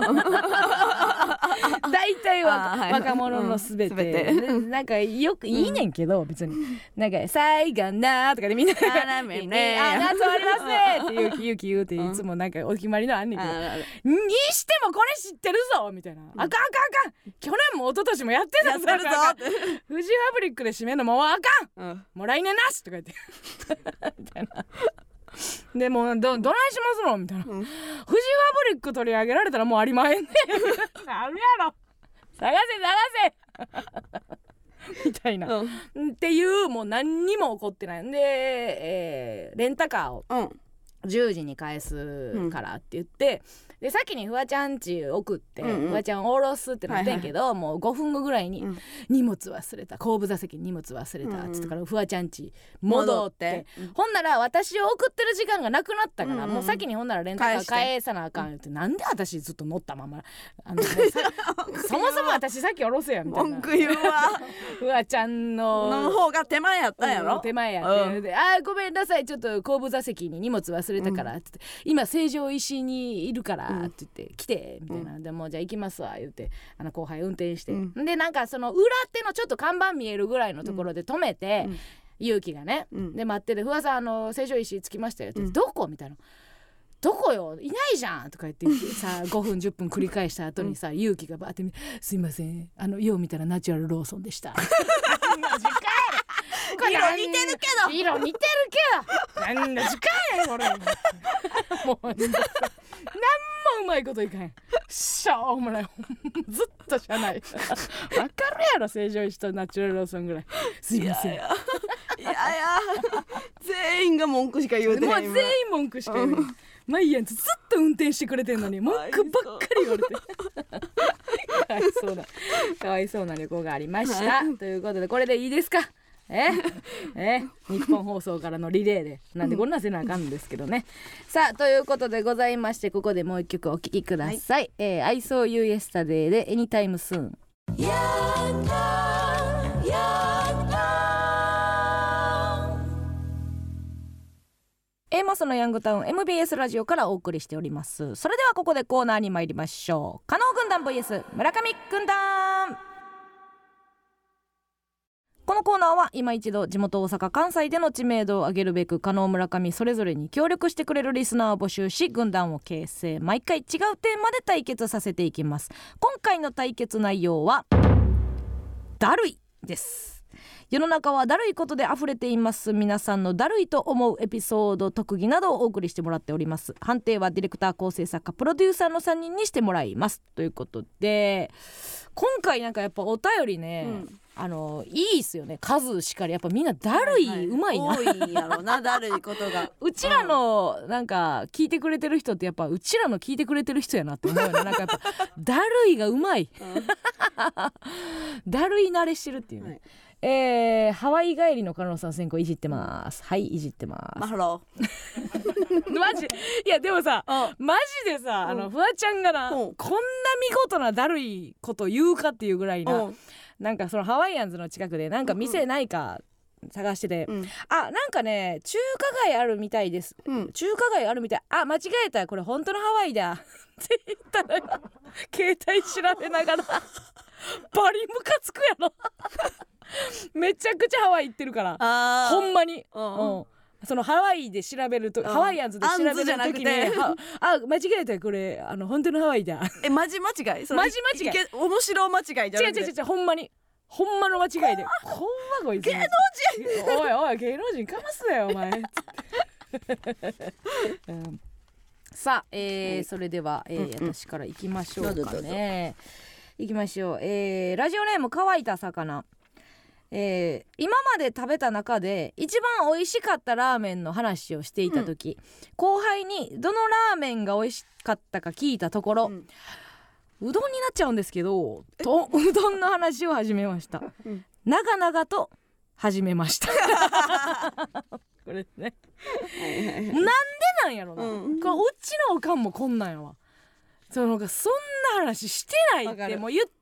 だいたいは若者のすべて、うん、なんかよくいいねんけど、うん、別になんか最後なとかでみんながあ夏終わりますねっていうきゆき言うていつもなんかお決まりのあんねんけどにしてもこれ知ってるぞみたいな、うん、あかんあかんあかん去年も一昨年もやってたぞやってるぞフジファブリックで締めるのもうあかん、うん、もう来年なしとか言ってみたいなでも ど, どないしますのみたいな、うん、フジファブリック取り上げられたらもうありまへんねあるやろ探せ探せみたいな、うん、っていうもう何にも起こってないんで、えー、レンタカーをじゅうじに返すからって言って、うん、で先にフワちゃん家送って、うんうん、フワちゃん降ろすってなってんけど、はいはい、もうごふんごぐらいに、うん、荷物忘れた後部座席に荷物忘れたっつったから、うん、フワちゃん家戻って、うん、ほんなら私を送ってる時間がなくなったから、うんうん、もう先にほんならレンタカー返さなあかんって、うん、なんで私ずっと乗ったままあのそもそも私さっき降ろせやみたいな文句言うわフワちゃんのの方が手前やったんやろ、 うん、手前やって、うん、であごめんなさいちょっと後部座席に荷物忘れたからって言って、うん、今成城石井にいるからって言って、うん、来てみたいな、うん、でもうじゃあ行きますわ言ってあの後輩運転して、うん、でなんかその裏手のちょっと看板見えるぐらいのところで止めて、うん、勇気がね、うん、で待っててふわさんあの成城石井着きましたよって、うん、どこみたいなどこよいないじゃんとか言ってさごふんじゅっぷん繰り返した後にさ、うん、勇気がバーってすいませんあのよう見たらナチュラルローソンでしたマジか色似てるけど色似てるけどなんだ時間やこれもうなんもうまいこといかへんしょうもないずっとしゃないわかるやろ成城石井とナチュラルローソンぐらいすいませんいやいやいや全員が文句しか言うてないもう全員文句しか言うてない、うんマイヤンずっと運転してくれてんのに文句ばっかり言われてかわいそうなかわいそうな旅行がありましたということでこれでいいですかええ日本放送からのリレーでなんでこんなせなあかんんですけどね、うん、さあということでございましてここでもう一曲お聴きください、はいえー、I saw you yesterday で Anytime soon やったやったエーモスのヤングタウン エムビーエス ラジオからお送りしております。それではここでコーナーに参りましょう。加納軍団 ブイエス 村上軍団。このコーナーは今一度地元大阪関西での知名度を上げるべく加納村上それぞれに協力してくれるリスナーを募集し軍団を形成毎回違うテーマで対決させていきます。今回の対決内容はだるいです。世の中はだるいことで溢れています。皆さんのだるいと思うエピソード特技などをお送りしてもらっております。判定はディレクター構成作家プロデューサーのさんにんにしてもらいますということで今回なんかやっぱお便りね、うん、あのいいっすよね数しかりやっぱみんなだるい、はい、うまいな多いやろなだるいことがうちらのなんか聞いてくれてる人ってやっぱうちらの聞いてくれてる人やなって思うよねなんかやっぱだるいがうまい、うん、だるい慣れしてるっていうね、はいえー、ハワイ帰りのカノさん先行いじってますはいいじってますマハロマジいやでもさマジでさ、うん、あのフワちゃんがな、うん、こんな見事なだるいこと言うかっていうぐらいな、うん、なんかそのハワイアンズの近くでなんか店ないか探してて、うん、あなんかね中華街あるみたいです、うん、中華街あるみたいあ間違えたこれ本当のハワイだって言ったら携帯調べながらバリムカつくやろめちゃくちゃハワイ行ってるからほんまに、うんうん、そのハワイで調べるとハワイアンズで調べるときにあ間違えたこれあの本当のハワイだえマジ間違いマジ間違い面白間違いじゃなくて違う違う違うほんまにほんまの間違いでほんまこいつ芸能人おいおい芸能人かますなよお前、うん、さあ、えー、それでは、えーうんうん、私からいきましょうかねいきましょう、えー、ラジオネーム乾いた魚えー、今まで食べた中で一番美味しかったラーメンの話をしていた時、うん、後輩にどのラーメンが美味しかったか聞いたところ、うん、うどんになっちゃうんですけどとうどんの話を始めました、うん、長々と始めましたこれねなんでなんやろな、うん、これうちのおかんもこんなんやわそのそんな話してないってもう言って、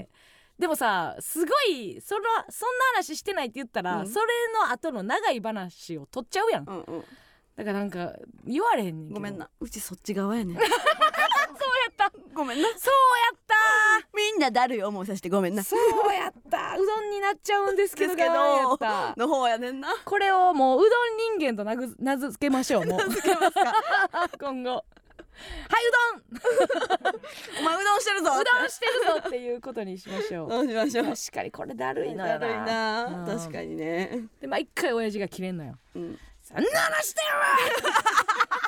うん、でもさすごいそのそんな話してないって言ったら、うん、それの後の長い話を取っちゃうやん、うんうん、だからなんか言われへんねんけどごめんなうちそっち側やねんそうやったごめんなそうやったみんなだるい思いさせてごめんなそうやったうどんになっちゃうんですけどですけどやったの方やねんなこれをもううどん人間と名ぐ名付けましょうもう名付けますか今後はいうどんお前うどんしてるぞうどんしてるぞっていうことにしましょうどうしましょう確かにこれだるいのよなだるいな、うん、確かにねで毎回親父が切れんのよ、うん、そんな話してるわ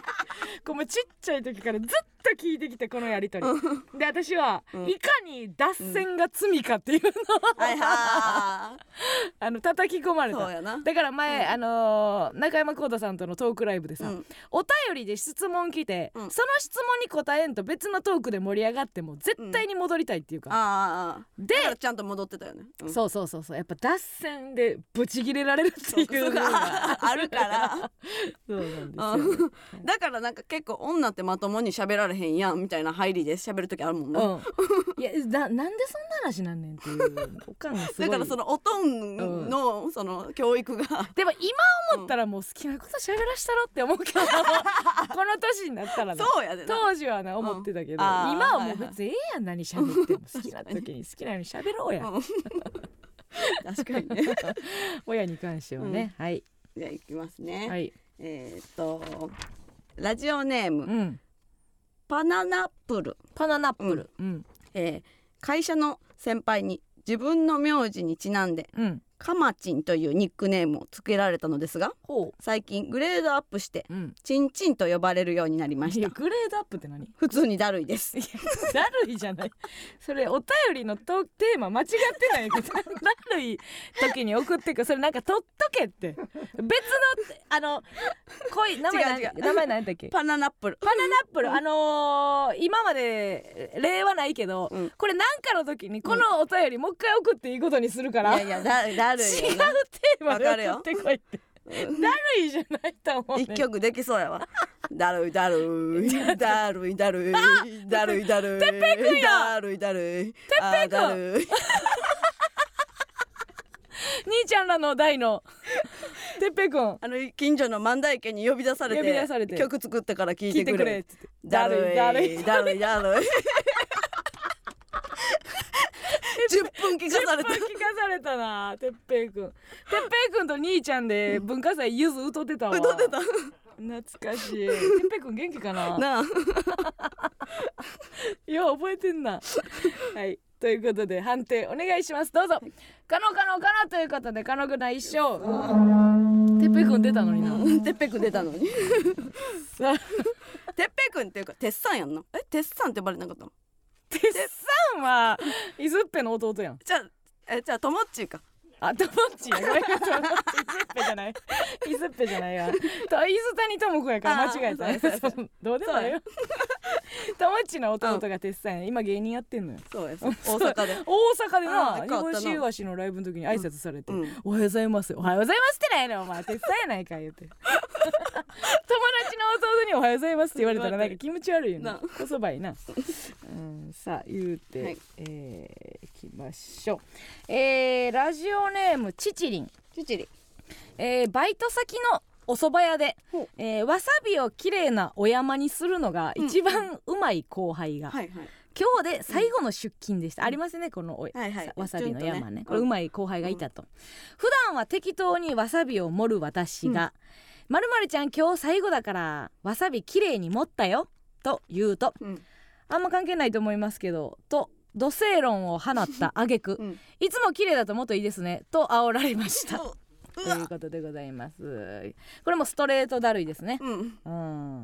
こうちっちゃい時からずっと聞いてきてこのやりとりで、私は、うん、いかに脱線が罪かっていうのを、うん、あの叩き込まれた。そうやな。だから前、うん、あのー、中山浩太さんとのトークライブでさ、うん、お便りで質問来て、うん、その質問に答えんと別のトークで盛り上がっても絶対に戻りたいっていうか、うん、あでだからちゃんと戻ってたよね、 うん、そうそうそうそう、やっぱ脱線でブチ切れられるっていうのがあるからそうなんですよ、うん、だからなんか結構女ってまともに喋られへんやんみたいな入りで喋る時あるもんね、うん、 いやな, なんでそんな話なんねんっていうおかんがすごい。 だからそのおとん の,、うん、その教育がでも今思ったらもう好きなこと喋らしたろって思うけど、うん、この年になったらな、そうやでな、当時はな思ってたけど、うん、今はもう別にええやん、何喋っても好きな時に好きなように喋ろうや、うん、 確かにね親に関してはね、うん、はい、 じゃあいきますね、はい、えー、っとラジオネーム、うん、パナナップルパナナップル、うんうん、 えー、会社の先輩に自分の名字にちなんで、うん、カマチンというニックネームをつけられたのですが、最近グレードアップして、うん、チンチンと呼ばれるようになりました。いやグレードアップって何？ 普通にだるいです。いやだるいじゃない、それお便りのトテーマ間違ってないけどだるい時に送ってく、それなんか取っとけって、別のあの恋名前違う違う名前何だっけ？ パナナップルパナナップル、あのー、今まで例はないけど、うん、これなんかの時にこのお便りもう一回送っていいことにするから、うん、 いやいやだだるいよな、 違うテーマで送ってこいって、だるいじゃないと思う、ね、 一曲できそうやわだるいだるいだるいだるいだるいだるいてっぺいくんや、 だるいだるいてっぺいくん兄ちゃんらの代のてっぺいくん、 あの近所の万代家に呼び出されて、 呼び出されて曲作ってから聴いてくれ、 聞いてくれっつって、 だるいだるいだるいだるいじゅっぷん聞かされたじゅっぷん聞かされたな、てっぺいくんてっぺいくんと兄ちゃんで文化祭ゆず歌ってたわ、 歌ってた、 懐かしい。てっぺいくん元気かななあよう覚えてんなはい、ということで判定お願いします、どうぞ。可能可能可能ということで、可能くない一勝。てっぺいくん出たのになてっぺいくん出たのにさあてっぺいくんっていうかてっさんやんな、えてっさんって呼ばれなかったの？ てっさんはイズッペの弟やん。 じゃあえじゃあともっちーか。 あ、ともっちーや、ごめん、イズッペじゃないイズッペじゃないわ、と伊豆谷とも子やから間違えたねどうでもないよともっちの弟がてっさんや、今芸人やってんのよ。 そうです、大阪で大阪でな、煮干しイワシのライブの時に挨拶されて、うんうん、おはようございます、おはようございますってないのお前てっさんやないか言うて友達の弟におはようございますって言われたらなんか気持ち悪いよな、こそばいな、うん、さあ言うて、はい、えー、いきましょう。えー、ラジオネームちちりんちちりん、 えー、バイト先のお蕎麦屋で、えー、わさびをきれいなお山にするのが一番うまい後輩が、うんはいはい、今日で最後の出勤でした、うん、ありますねこのお、はいはい、わさびの山 ね, ねこれうまい後輩がいたと、うん、普段は適当にわさびを盛る私が、うん、〇〇ちゃん今日最後だからわさびきれいに盛ったよと言うと、うん、あんま関係ないと思いますけどと土星論を放った挙句、うん、いつも綺麗だともっといいですねと煽られましたということでございます。これもストレートだるいですね、うん、うん、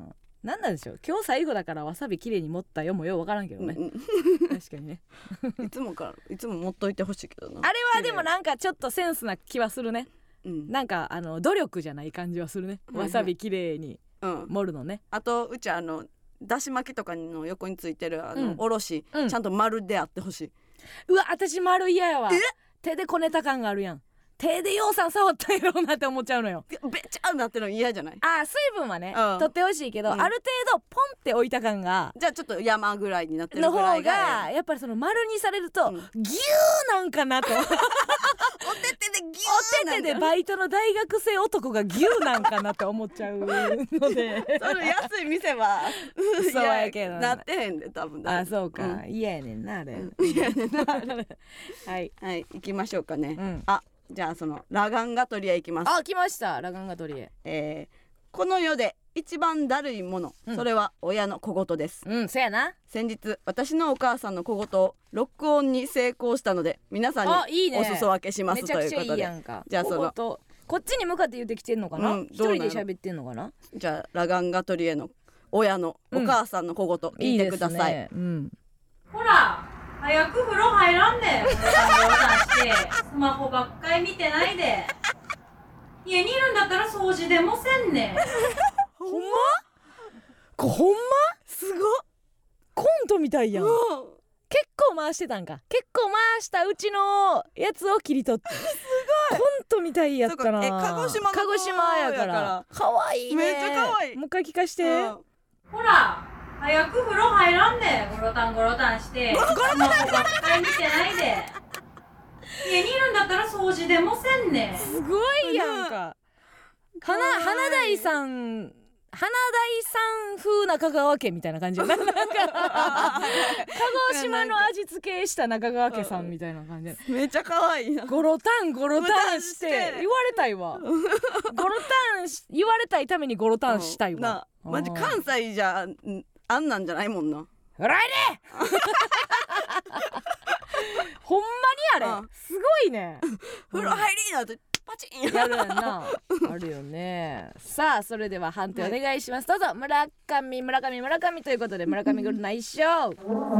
なんなんでしょう、今日最後だからわさび綺麗に持ったよもようわからんけどね、うんうん、確かにねいつもからいつも持っといてほしいけどな、 あれはでもなんかちょっとセンスな気はするね、うん、なんかあの努力じゃない感じはするね、わさび綺麗に盛るのね、 うん、あとうちあのだし巻きとかの横についてるあの、うん、おろし、うん、ちゃんと丸であってほしい。 うわ私丸嫌やわ、手でこねた感があるやん、手でようさん触ったんやろうなって思っちゃうのよ。 べちゃーなってるの嫌じゃない？ あー水分はね、うん、取ってほしいけど、うん、ある程度ポンって置いた感がじゃあちょっと山ぐらいになってるぐらいがの方がやっぱりその丸にされると、うん、ギューなんかなとお手手でギューお手手でバイトの大学生男がギューなんかなって思っちゃうのでその安い店はそうやけどなってへんで多分あそうか嫌、うん、やねんなあれ嫌、うん、やねんなはいはい行きましょうかね、うん、あじゃあそのラガンガトリエ行きます。 あ来ましたラガンガトリエ、 えー、この世で一番だるいもの、うん、それは親の小言です。 うんそやな。 先日私のお母さんの小言を録音に成功したので皆さんにお裾分けします、ね、ということで、めちゃくちゃいいやんか。じゃあそのこっちに向かって言ってきてんのかな、うん、一人で喋ってんのかな。 じゃあラガンガトリエの親の、うん、お母さんの小言聞いてください。いいですね、うん、 ほら早く風呂入らんで、ボタンしてスマホばっかり見てないで、家にいるんだったら掃除でもせんね。 ほんま？こほんま？ すごっ、 コントみたいやん。結構回してたんか。結構回したうちのやつを切り取ってすごいコントみたいやったな。 え鹿児島の鹿児島やからかわいいね。 めっちゃかわいい。 もう一回聞かして、うん、 ほら早く風呂入らんで、ゴロタンゴロタンしてスマホばっかり見てないで、家にいるんだったら掃除でもせんね。 すごいやんか。花花大さん花大さん風な香川県みたいな感じよ。なんか鹿児島の味付けした中川家さんみたいな感じ。 めっちゃ可愛いな。 ゴロタンゴロタンして言われたいわ。ゴロタン言われたいためにゴロタンしたいわ。 マジ関西じゃあんなんじゃないもんな。 ほらいねほんまにあれすごいね。 風呂入りなとパチンやるやんな。あるよね。さあそれでは判定お願いします、はい、どうぞ。村上村上村上ということで村上グルナ一勝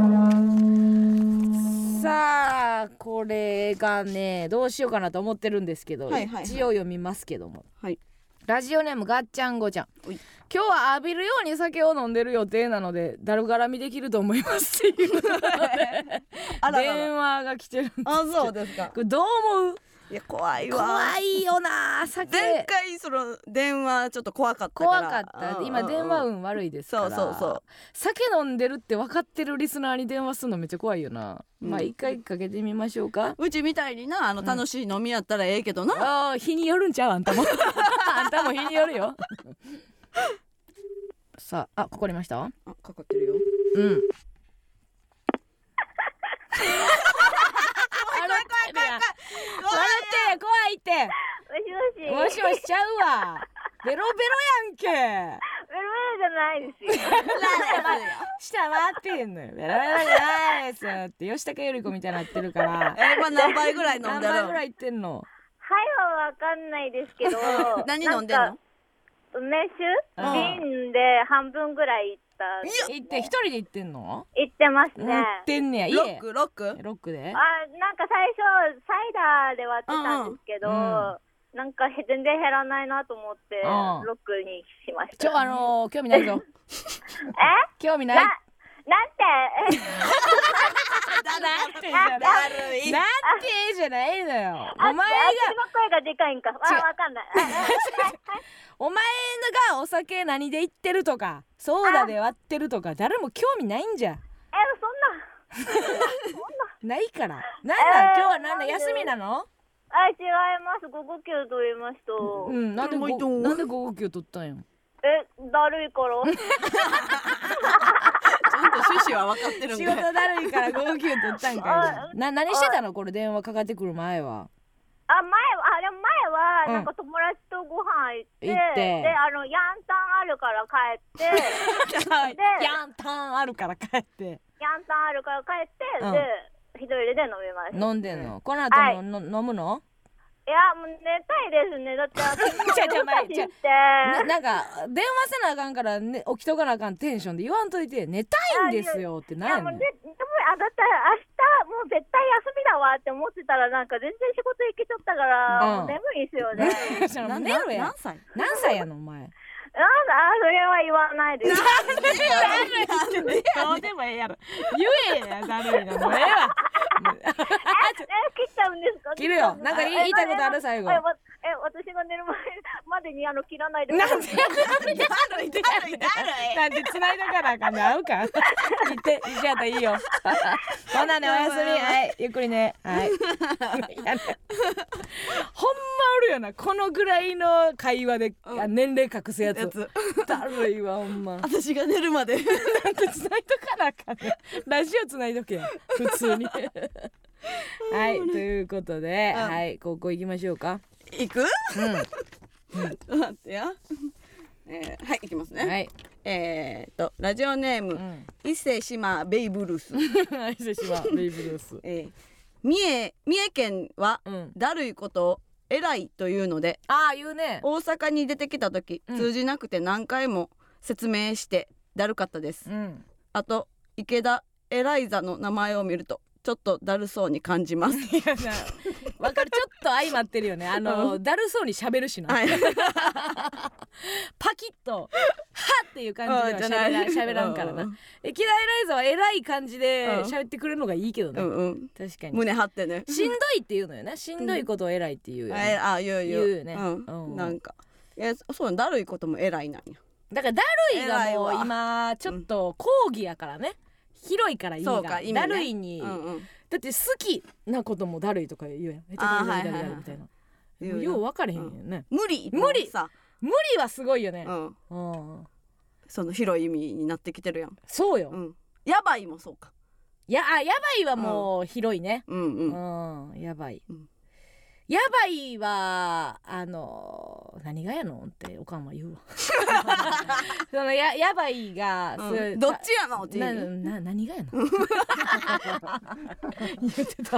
さあこれがねどうしようかなと思ってるんですけど、はいはいはい、一応読みますけども、はい、ラジオネームがっちゃんごちゃん、今日は浴びるように酒を飲んでる予定なのでだるがらみできると思いますっていう電話が来てるんですけど、 あ、そうですか。 これどう思う？ いや怖いわ。 怖いよな。酒前回その電話ちょっと怖かったから。 怖かった、うん、今電話運悪いですから。そうそうそう。酒飲んでるって分かってるリスナーに電話するのめっちゃ怖いよな、うん、まあ一回かけてみましょうか。 うちみたいになあの楽しい飲みやったらええけどな、うん、 あ日によるんちゃうあんたもあんたも日によるよさあ、あ、かかりました？あ、 かかってるよ。 うん。笑って怖いって。もしもし。もしもしちゃうわ。ベロベロやんけ。ベロベロじゃないですよ。 下回ってんのよ。ベロベロじゃないですよって吉高由里子みたいになってるから。 え、まあ何杯ぐらい飲んでる？何杯ぐらいいってんの？ はいはわかんないですけど。 何飲んでんの？ 梅酒瓶で半分ぐらいいった。 いって一人で行ってんの？ 行ってますね。 行ってんねや。 ロックロックロックで。 あ、なんか最初サイダーで割ってたんですけど、うん、なんか全然減らないなと思ってロックにしました。 ちょあのー、興味ないぞ。 え？ 興味ない。 ななんて？ なんてじゃない。なんてじゃないのよ。お前が。 私の声がでかいんか。あ、わかんない。 お前がお酒何で言ってるとかソーダで割ってるとか誰も興味ないんじゃ。 え、そんなないから。なんだ、えー、今日はなんだ休みなの？ あ、違います。午後休取りました。 うん、なんでごなんで午後休取ったんよ。 え、だるいからちゃんと趣旨は分かってるんかい。 仕事だるいから午後休取ったんかいな。何してたのこれ電話かかってくる前は。 あ、前は、あ、でも前はなんか友達とご飯行って、うん、行ってで、あのヤンタンあるから帰ってでヤンタンあるから帰ってヤンタンあるから帰って、うん、で一人で飲みます。 飲んでんの？この後も、はい、の飲むの？ いや、もう寝たいですね。だって私も夜更かししてな, なんか電話せなあかんから、ね、起きとかなあかんテンションで言わんといて寝たいんですよってなんやねん。いやもうででもあだったら明日もう絶対休みだわって思ってたらなんか全然仕事行けちゃったから、うん、もう眠いですよね。 寝ろや。何歳？何歳やのお前。 なんだ、それは言わないです。 なんでどうでもええやろ。言えや、だるいな。もうええわ。 え、切っちゃうんですか？ 切るよ。なんか言いたいことある最後。 え、私が寝る前までにあの切らないで。 なんでだるいだるいだるい。なんで繋いだからあかんね。合うか。切って一緒やったらいいよ。ほなね、おやすみ。はい、ゆっくりね。はい。ほんまおるよな。このぐらいの会話で年齢隠すやつ。だるいわほんま。 私が寝るまでなんて繋いとかなあかんね。ラジオ繋いどけや普通にはいということで、うん、はいここ行きましょうか。 行く？うん、うん、待ってや、えー、はい行きますね。はい、えー、っとラジオネーム、うん、伊勢志摩ベイブルース伊勢志摩ベイブルース、 えー、三重三重県は、うん、だるいことを偉いというので、 ああ言うね。 大阪に出てきた時、うん、通じなくて何回も説明してだるかったです、 うん、 あと池田エライザの名前を見るとちょっとだるそうに感じますいやなわかる、ちょっと相まってるよね。あの、うん、だるそうに喋るしな、はい、パキッとはっていう感じでは喋ら, 喋らんからな。池田エライザは偉い感じで喋ってくれるのがいいけどね、うんうん、確かに胸張ってね、 しんどいって言うのよね。しんどいことを偉いって言うよね、 うん、あ言う言う言うよね、 うんうん、なんかいやそうだるいことも偉いなんや。 だからだるいがもう今ちょっと講義やからね、広いから意味が意味、ね、だるいに、うんうん、だって好きなこともだるいとか言うやん。めっちゃだるいだるいみたいな、よう分かれへんよね、 うん、無理無理さ無理はすごいよね、 うんうん、その広い意味になってきてるやん。 そうよ、 うん、やばいもそうか。 やあやばいはもう広いね、 うんうんうん、やばい、うん、やばいはあの何がやのっておかんは言うわその や, やばいが、 うん、どっちやのって言うなな何がやの言ってた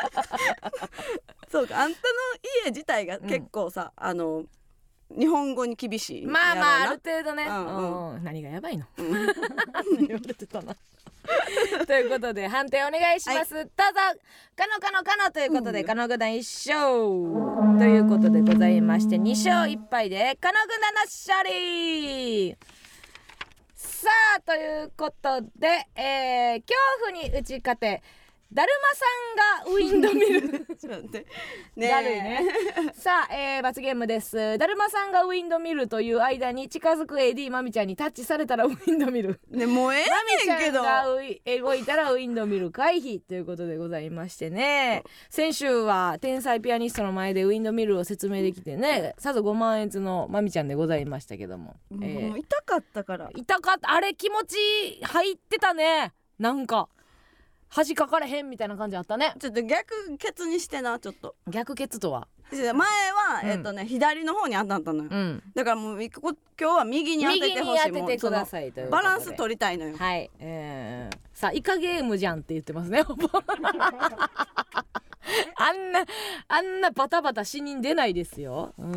そうか、あんたの家自体が結構さ、うん、あの日本語に厳しい。 まあまあある程度ね、 うんうんうん、何がやばいの、うん、言われてたなということで判定お願いします、はい、どうぞ。カノカノカノということで、うん、カノ軍団いっ勝ということでございまして、に勝いっ敗でカノ軍団の勝利。さあということで、えー、恐怖に打ち勝てだるまさんがウィンドミルちょっと待ってねだるいねさあ、えー、罰ゲームです。だるまさんがウィンドミルという間に近づく エーディー まみちゃんにタッチされたらウィンドミルね、もうええねんけどまみちゃんが動いたらウィンドミル回避ということでございましてね、先週は天才ピアニストの前でウィンドミルを説明できてね、さぞごまんえつのまみちゃんでございましたけども、 もう、えー、痛かったから痛かった。あれ気持ち入ってたね。なんか恥かかれへんみたいな感じあったね。 ちょっと逆ケツにしてな。ちょっと逆ケツとは前は、うん、えっとね左の方に当たったのよ、うん、だからもう今日は右に当ててほしい。 右に当ててくださいというバランス取りたいのよ。 はい、えー、さあイカゲームじゃんって言ってますねあんなあんなバタバタ死人出ないですよ、うん、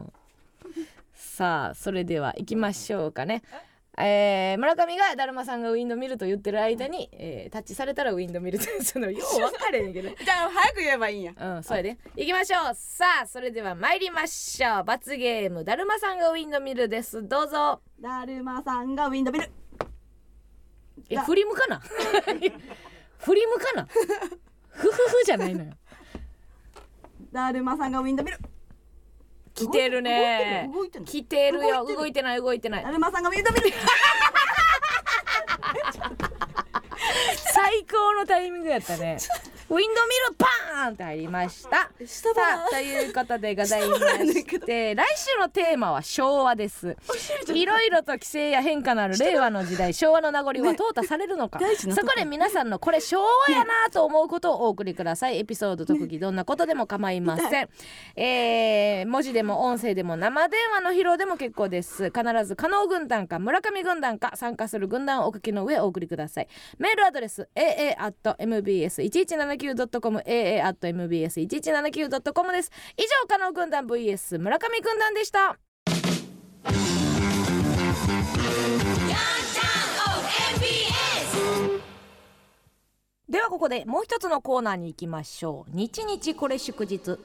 さあそれでは行きましょうかね。えー、村上がだるまさんがウィンドミルと言ってる間に、えー、タッチされたらウィンドミルとそのよう分かれへんけどじゃあ早く言えばいいんや。 うん、それで行きましょう。さあそれでは参りましょう。罰ゲームだるまさんがウィンドミルです。どうぞ。 だるまさんがウィンドミル。 え振り向かな振り向かなふふふじゃないのよ。 だるまさんがウィンドミル。 来てるね。来てるよ。動いてない動いてない。 だるまさんがウィンドミル最高のタイミングやったね。ウィンドミルパーンって入りました。さあということでございまして来週のテーマは昭和です。いろいろと規制や変化のある令和の時代、昭和の名残は淘汰されるのか、そこで皆さんのこれ昭和やなと思うことをお送りください。エピソード特技どんなことでも構いません、えー、文字でも音声でも生電話の披露でも結構です。必ず加納軍団か村上軍団か参加する軍団をお書きの上お送りください。メールアドレス エーエー アット エムビーエス いちいちななきゅう ドットコム エーエー アット エムビーエス いちいちななきゅう ドットコム です。以上加納軍団 ブイエス 村上軍団でした。ではここでもう一つのコーナーに行きましょう。日日これ祝日。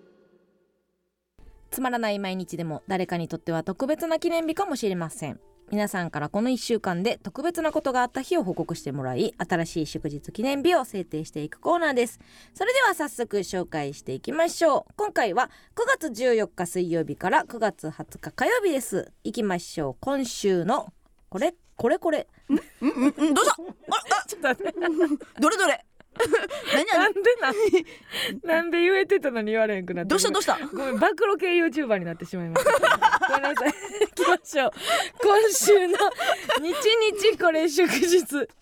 つまらない毎日でも誰かにとっては特別な記念日かもしれません。皆さんからこのいっしゅうかんで特別なことがあった日を報告してもらい、新しい祝日記念日を制定していくコーナーです。それでは早速紹介していきましょう。今回はくがつじゅうよっか水曜日からくがつはつか火曜日です。いきましょう。今週のこれこれこれんんんどうしたあちょっと待ってどれどれなんでななんで言えてたのに言われへんくなって、 どうしたどうしたごめん暴露系 YouTuber になってしまいましたごめんなさい行きましょう。今週の日日これ祝日。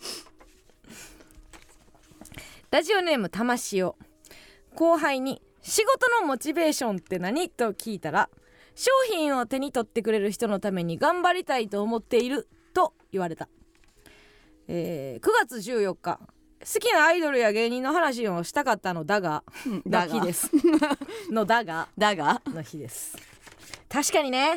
ラジオネームたましお。後輩に仕事のモチベーションって何と聞いたら、商品を手に取ってくれる人のために頑張りたいと思っていると言われた、えー、くがつじゅうよっか好きなアイドルや芸人の話をしたかったのだがの日ですのだがだがの日です。確かにね、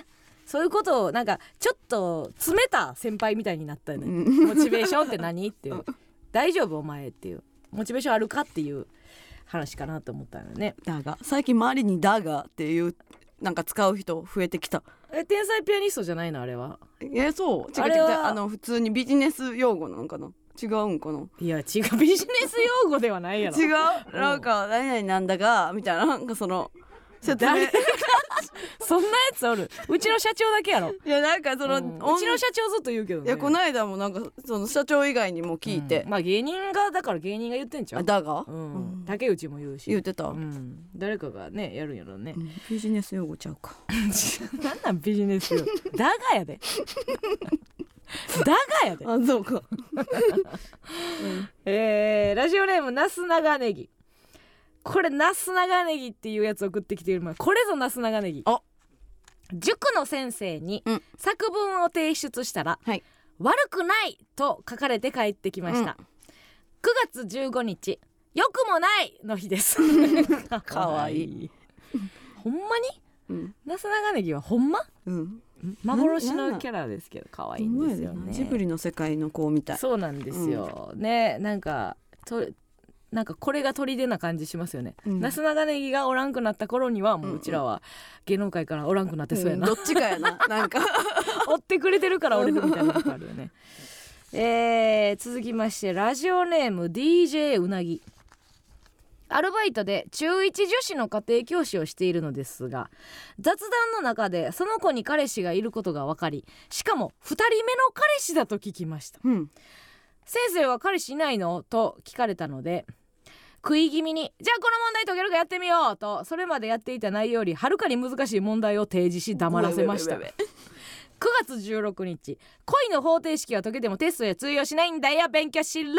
そういうことをなんかちょっと詰めた先輩みたいになったよね、うん、モチベーションって何っていう大丈夫お前っていうモチベーションあるかっていう話かなと思ったよね。 だが最近周りにだがっていうなんか使う人増えてきた。 え天才ピアニストじゃないのあれは。 えそう違う違う違うあの普通にビジネス用語なのかな違うんかな。 いや違うビジネス用語ではないやろ。 違うなんか何々なんだがみたいななんかその説明そんなやつおる。うちの社長だけやろ。 いやなんかその、うん、 うちの社長ずっと言うけどね。 いやこの間もなんかその社長以外にも聞いて、 うん、まあ芸人がだから芸人が言ってんちゃう。 あだが、 うんうん、竹内も言うし言ってた、 うん、誰かがねやるんやろね、うん、 ビジネス用語ちゃうかなんなんビジネス用語だがやでだがやであそうか、 うん、えー、ラジオネームなす長ネギ。これなす長ネギっていうやつ送ってきてる。これぞなす長ネギ。 あ塾の先生に作文を提出したら、うん、悪くないと書かれて帰ってきました、うん、くがつじゅうごにちよくもないの日ですかわいいほんまに、うん、なす長ネギはほんま、うん、幻のキャラですけど可愛いんですよね。 ジブリの世界の子みたい。 そうなんですよ、うん、ねなんかとなんかこれが砦な感じしますよね、うん、なす長ネギがおらんくなった頃にはもううちらは芸能界からおらんくなってそうやな、 うん、どっちかやななんか追ってくれてるから俺るみたいなとこあるよねえー、続きましてラジオネーム ディージェー うなぎ。アルバイトで中いち女子の家庭教師をしているのですが雑談の中でその子に彼氏がいることが分かりしかもふたりめの彼氏だと聞きました、うん、先生は彼氏いないのと聞かれたので食い気味にじゃあこの問題解けるかやってみようとそれまでやっていた内容よりはるかに難しい問題を提示し黙らせましたくがつじゅうろくにち恋の方程式は解けてもテストや通用しないんだよ勉強しろ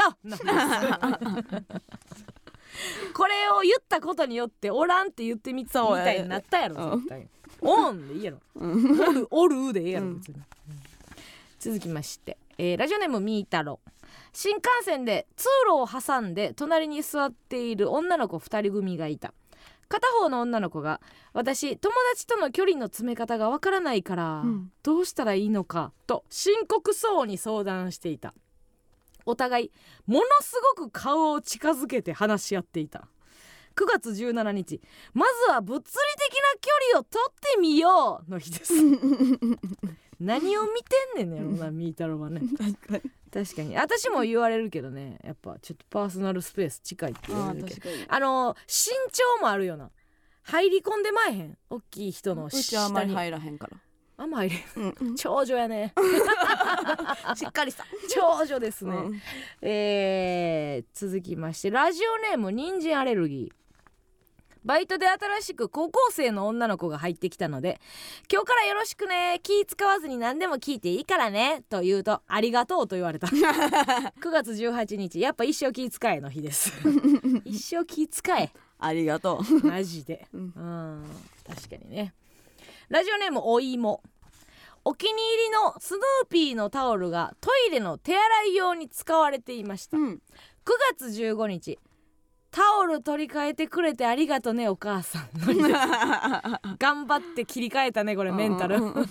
これを言ったことによっておらんって言ってみたみたいになったやろ絶対オンでいいやろおるおるでいいやろ別に、うん、続きまして、えー、ラジオネームみーたろ。新幹線で通路を挟んで隣に座っている女の子ふたり組がいた。片方の女の子が私友達との距離の詰め方がわからないから、うん、どうしたらいいのかと深刻そうに相談していた。お互いものすごく顔を近づけて話し合っていた。くがつじゅうしちにちまずは物理的な距離を取ってみようの日です何を見てんねんやろなみーたろはね確かに確かに私も言われるけどねやっぱちょっとパーソナルスペース近いって言われるけど あ, あの身長もあるよな。入り込んでまえへん大きい人の下に。 うちはあんまり入らへんからあんま入れ、うん、長女やねしっかりさ長女ですね、うん、えー、続きましてラジオネーム人参アレルギー。バイトで新しく高校生の女の子が入ってきたので今日からよろしくね気使わずに何でも聞いていいからねと言うとありがとうと言われたくがつじゅうはちにちやっぱ一生気使えの日です一生気使えありがとうマジで、うん、うん確かにね。ラジオネームお芋。お気に入りのスヌーピーのタオルがトイレの手洗い用に使われていました、うん、くがつじゅうごにちタオル取り替えてくれてありがとねお母さん頑張って切り替えたねこれメンタルあ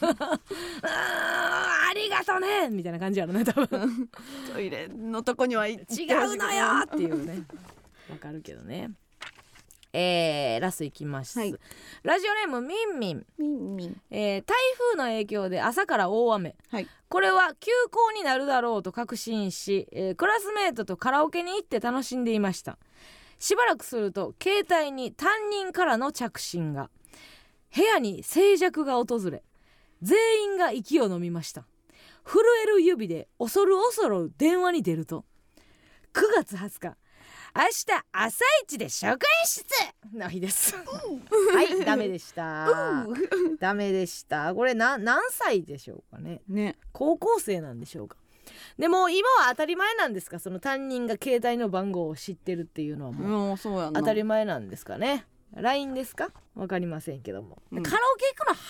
りがとねみたいな感じやろね多分トイレのとこには違うのよっていうねわかるけどね。えー、ラスいきます、はい、ラジオネームみんみん、みんみん、えー、台風の影響で朝から大雨、はい、これは休校になるだろうと確信し、えー、クラスメートとカラオケに行って楽しんでいました。しばらくすると携帯に担任からの着信が。部屋に静寂が訪れ全員が息を飲みました。震える指で恐る恐る電話に出るとくがつはつか明日朝一で職員室の日ですはいダメでしたダメでした。これな何歳でしょうか ね, ね高校生なんでしょうか。でも今は当たり前なんですかその担任が携帯の番号を知ってるっていうのはもう当たり前なんですかね。 ライン ですかわかりませんけども、うん、カラオケ行くの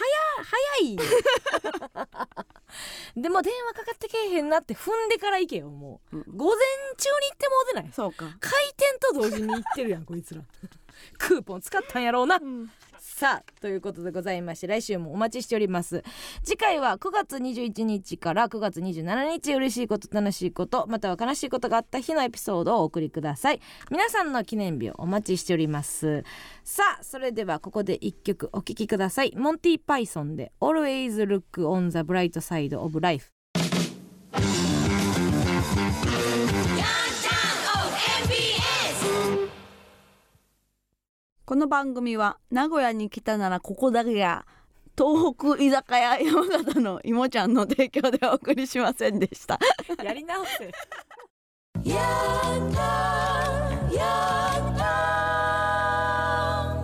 早いでも電話かかってけえへんなって踏んでから行けよもう、うん、午前中に行ってもうてない。そうか開店と同時に行ってるやんこいつらクーポン使ったんやろうな、うん、 さあということでございまして、来週もお待ちしております。次回はくがつにじゅういちにちからくがつにじゅうしちにち、嬉しいこと楽しいことまたは悲しいことがあった日のエピソードをお送りください。皆さんの記念日をお待ちしております。さあそれではここでいっきょくお聴きください。モンティパイソンで Always Look on the Bright Side of Life。 この番組は名古屋に来たならここだけや東北居酒屋山形のいもちゃんの提供でお送りしませんでした。 やり直せ。 やったやった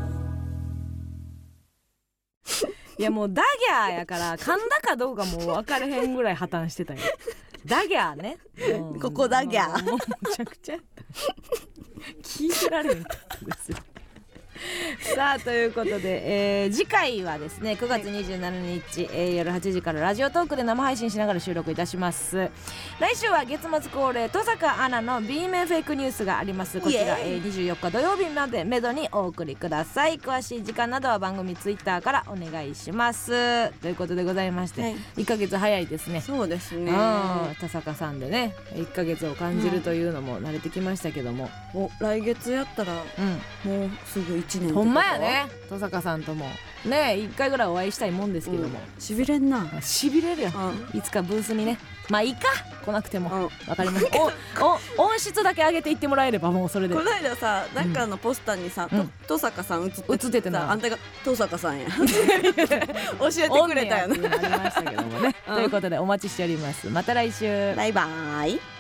いやもうダギャーやから噛んだかどうかもう分かれへんぐらい破綻してたよ。ダギャーね、 うん、ここダギャーもうめちゃくちゃやった聞いてられへんかったですよ。さあということで、えー、次回はですねくがつにじゅうしちにち、えー、夜はちじからラジオトークで生配信しながら収録いたします。来週は月末恒例登坂アナの B 面フェイクニュースがあります。こちら、えー、にじゅうよっか土曜日までめどにお送りください。詳しい時間などは番組ツイッターからお願いしますということでございまして、はい、いっかげつ早いですね。 そうですね、 登坂さんでねいっかげつを感じるというのも慣れてきましたけども、 うん、お来月やったら、うん、もうすぐいちねんほんまやね。登坂さんともねいっかいぐらいお会いしたいもんですけども、 うん、しびれんな。 しびれるよ、うん、いつかブースにねまあいいか来なくても、うん、わかりますおお音質だけ上げていってもらえればもうそれで。 この間さなんかのポスターにさ、うん、登坂さん映ってて、 映っててなあんたが登坂さんや教えてくれたよね。 ありましたけどもねということでお待ちしております。また来週。 バイバイ。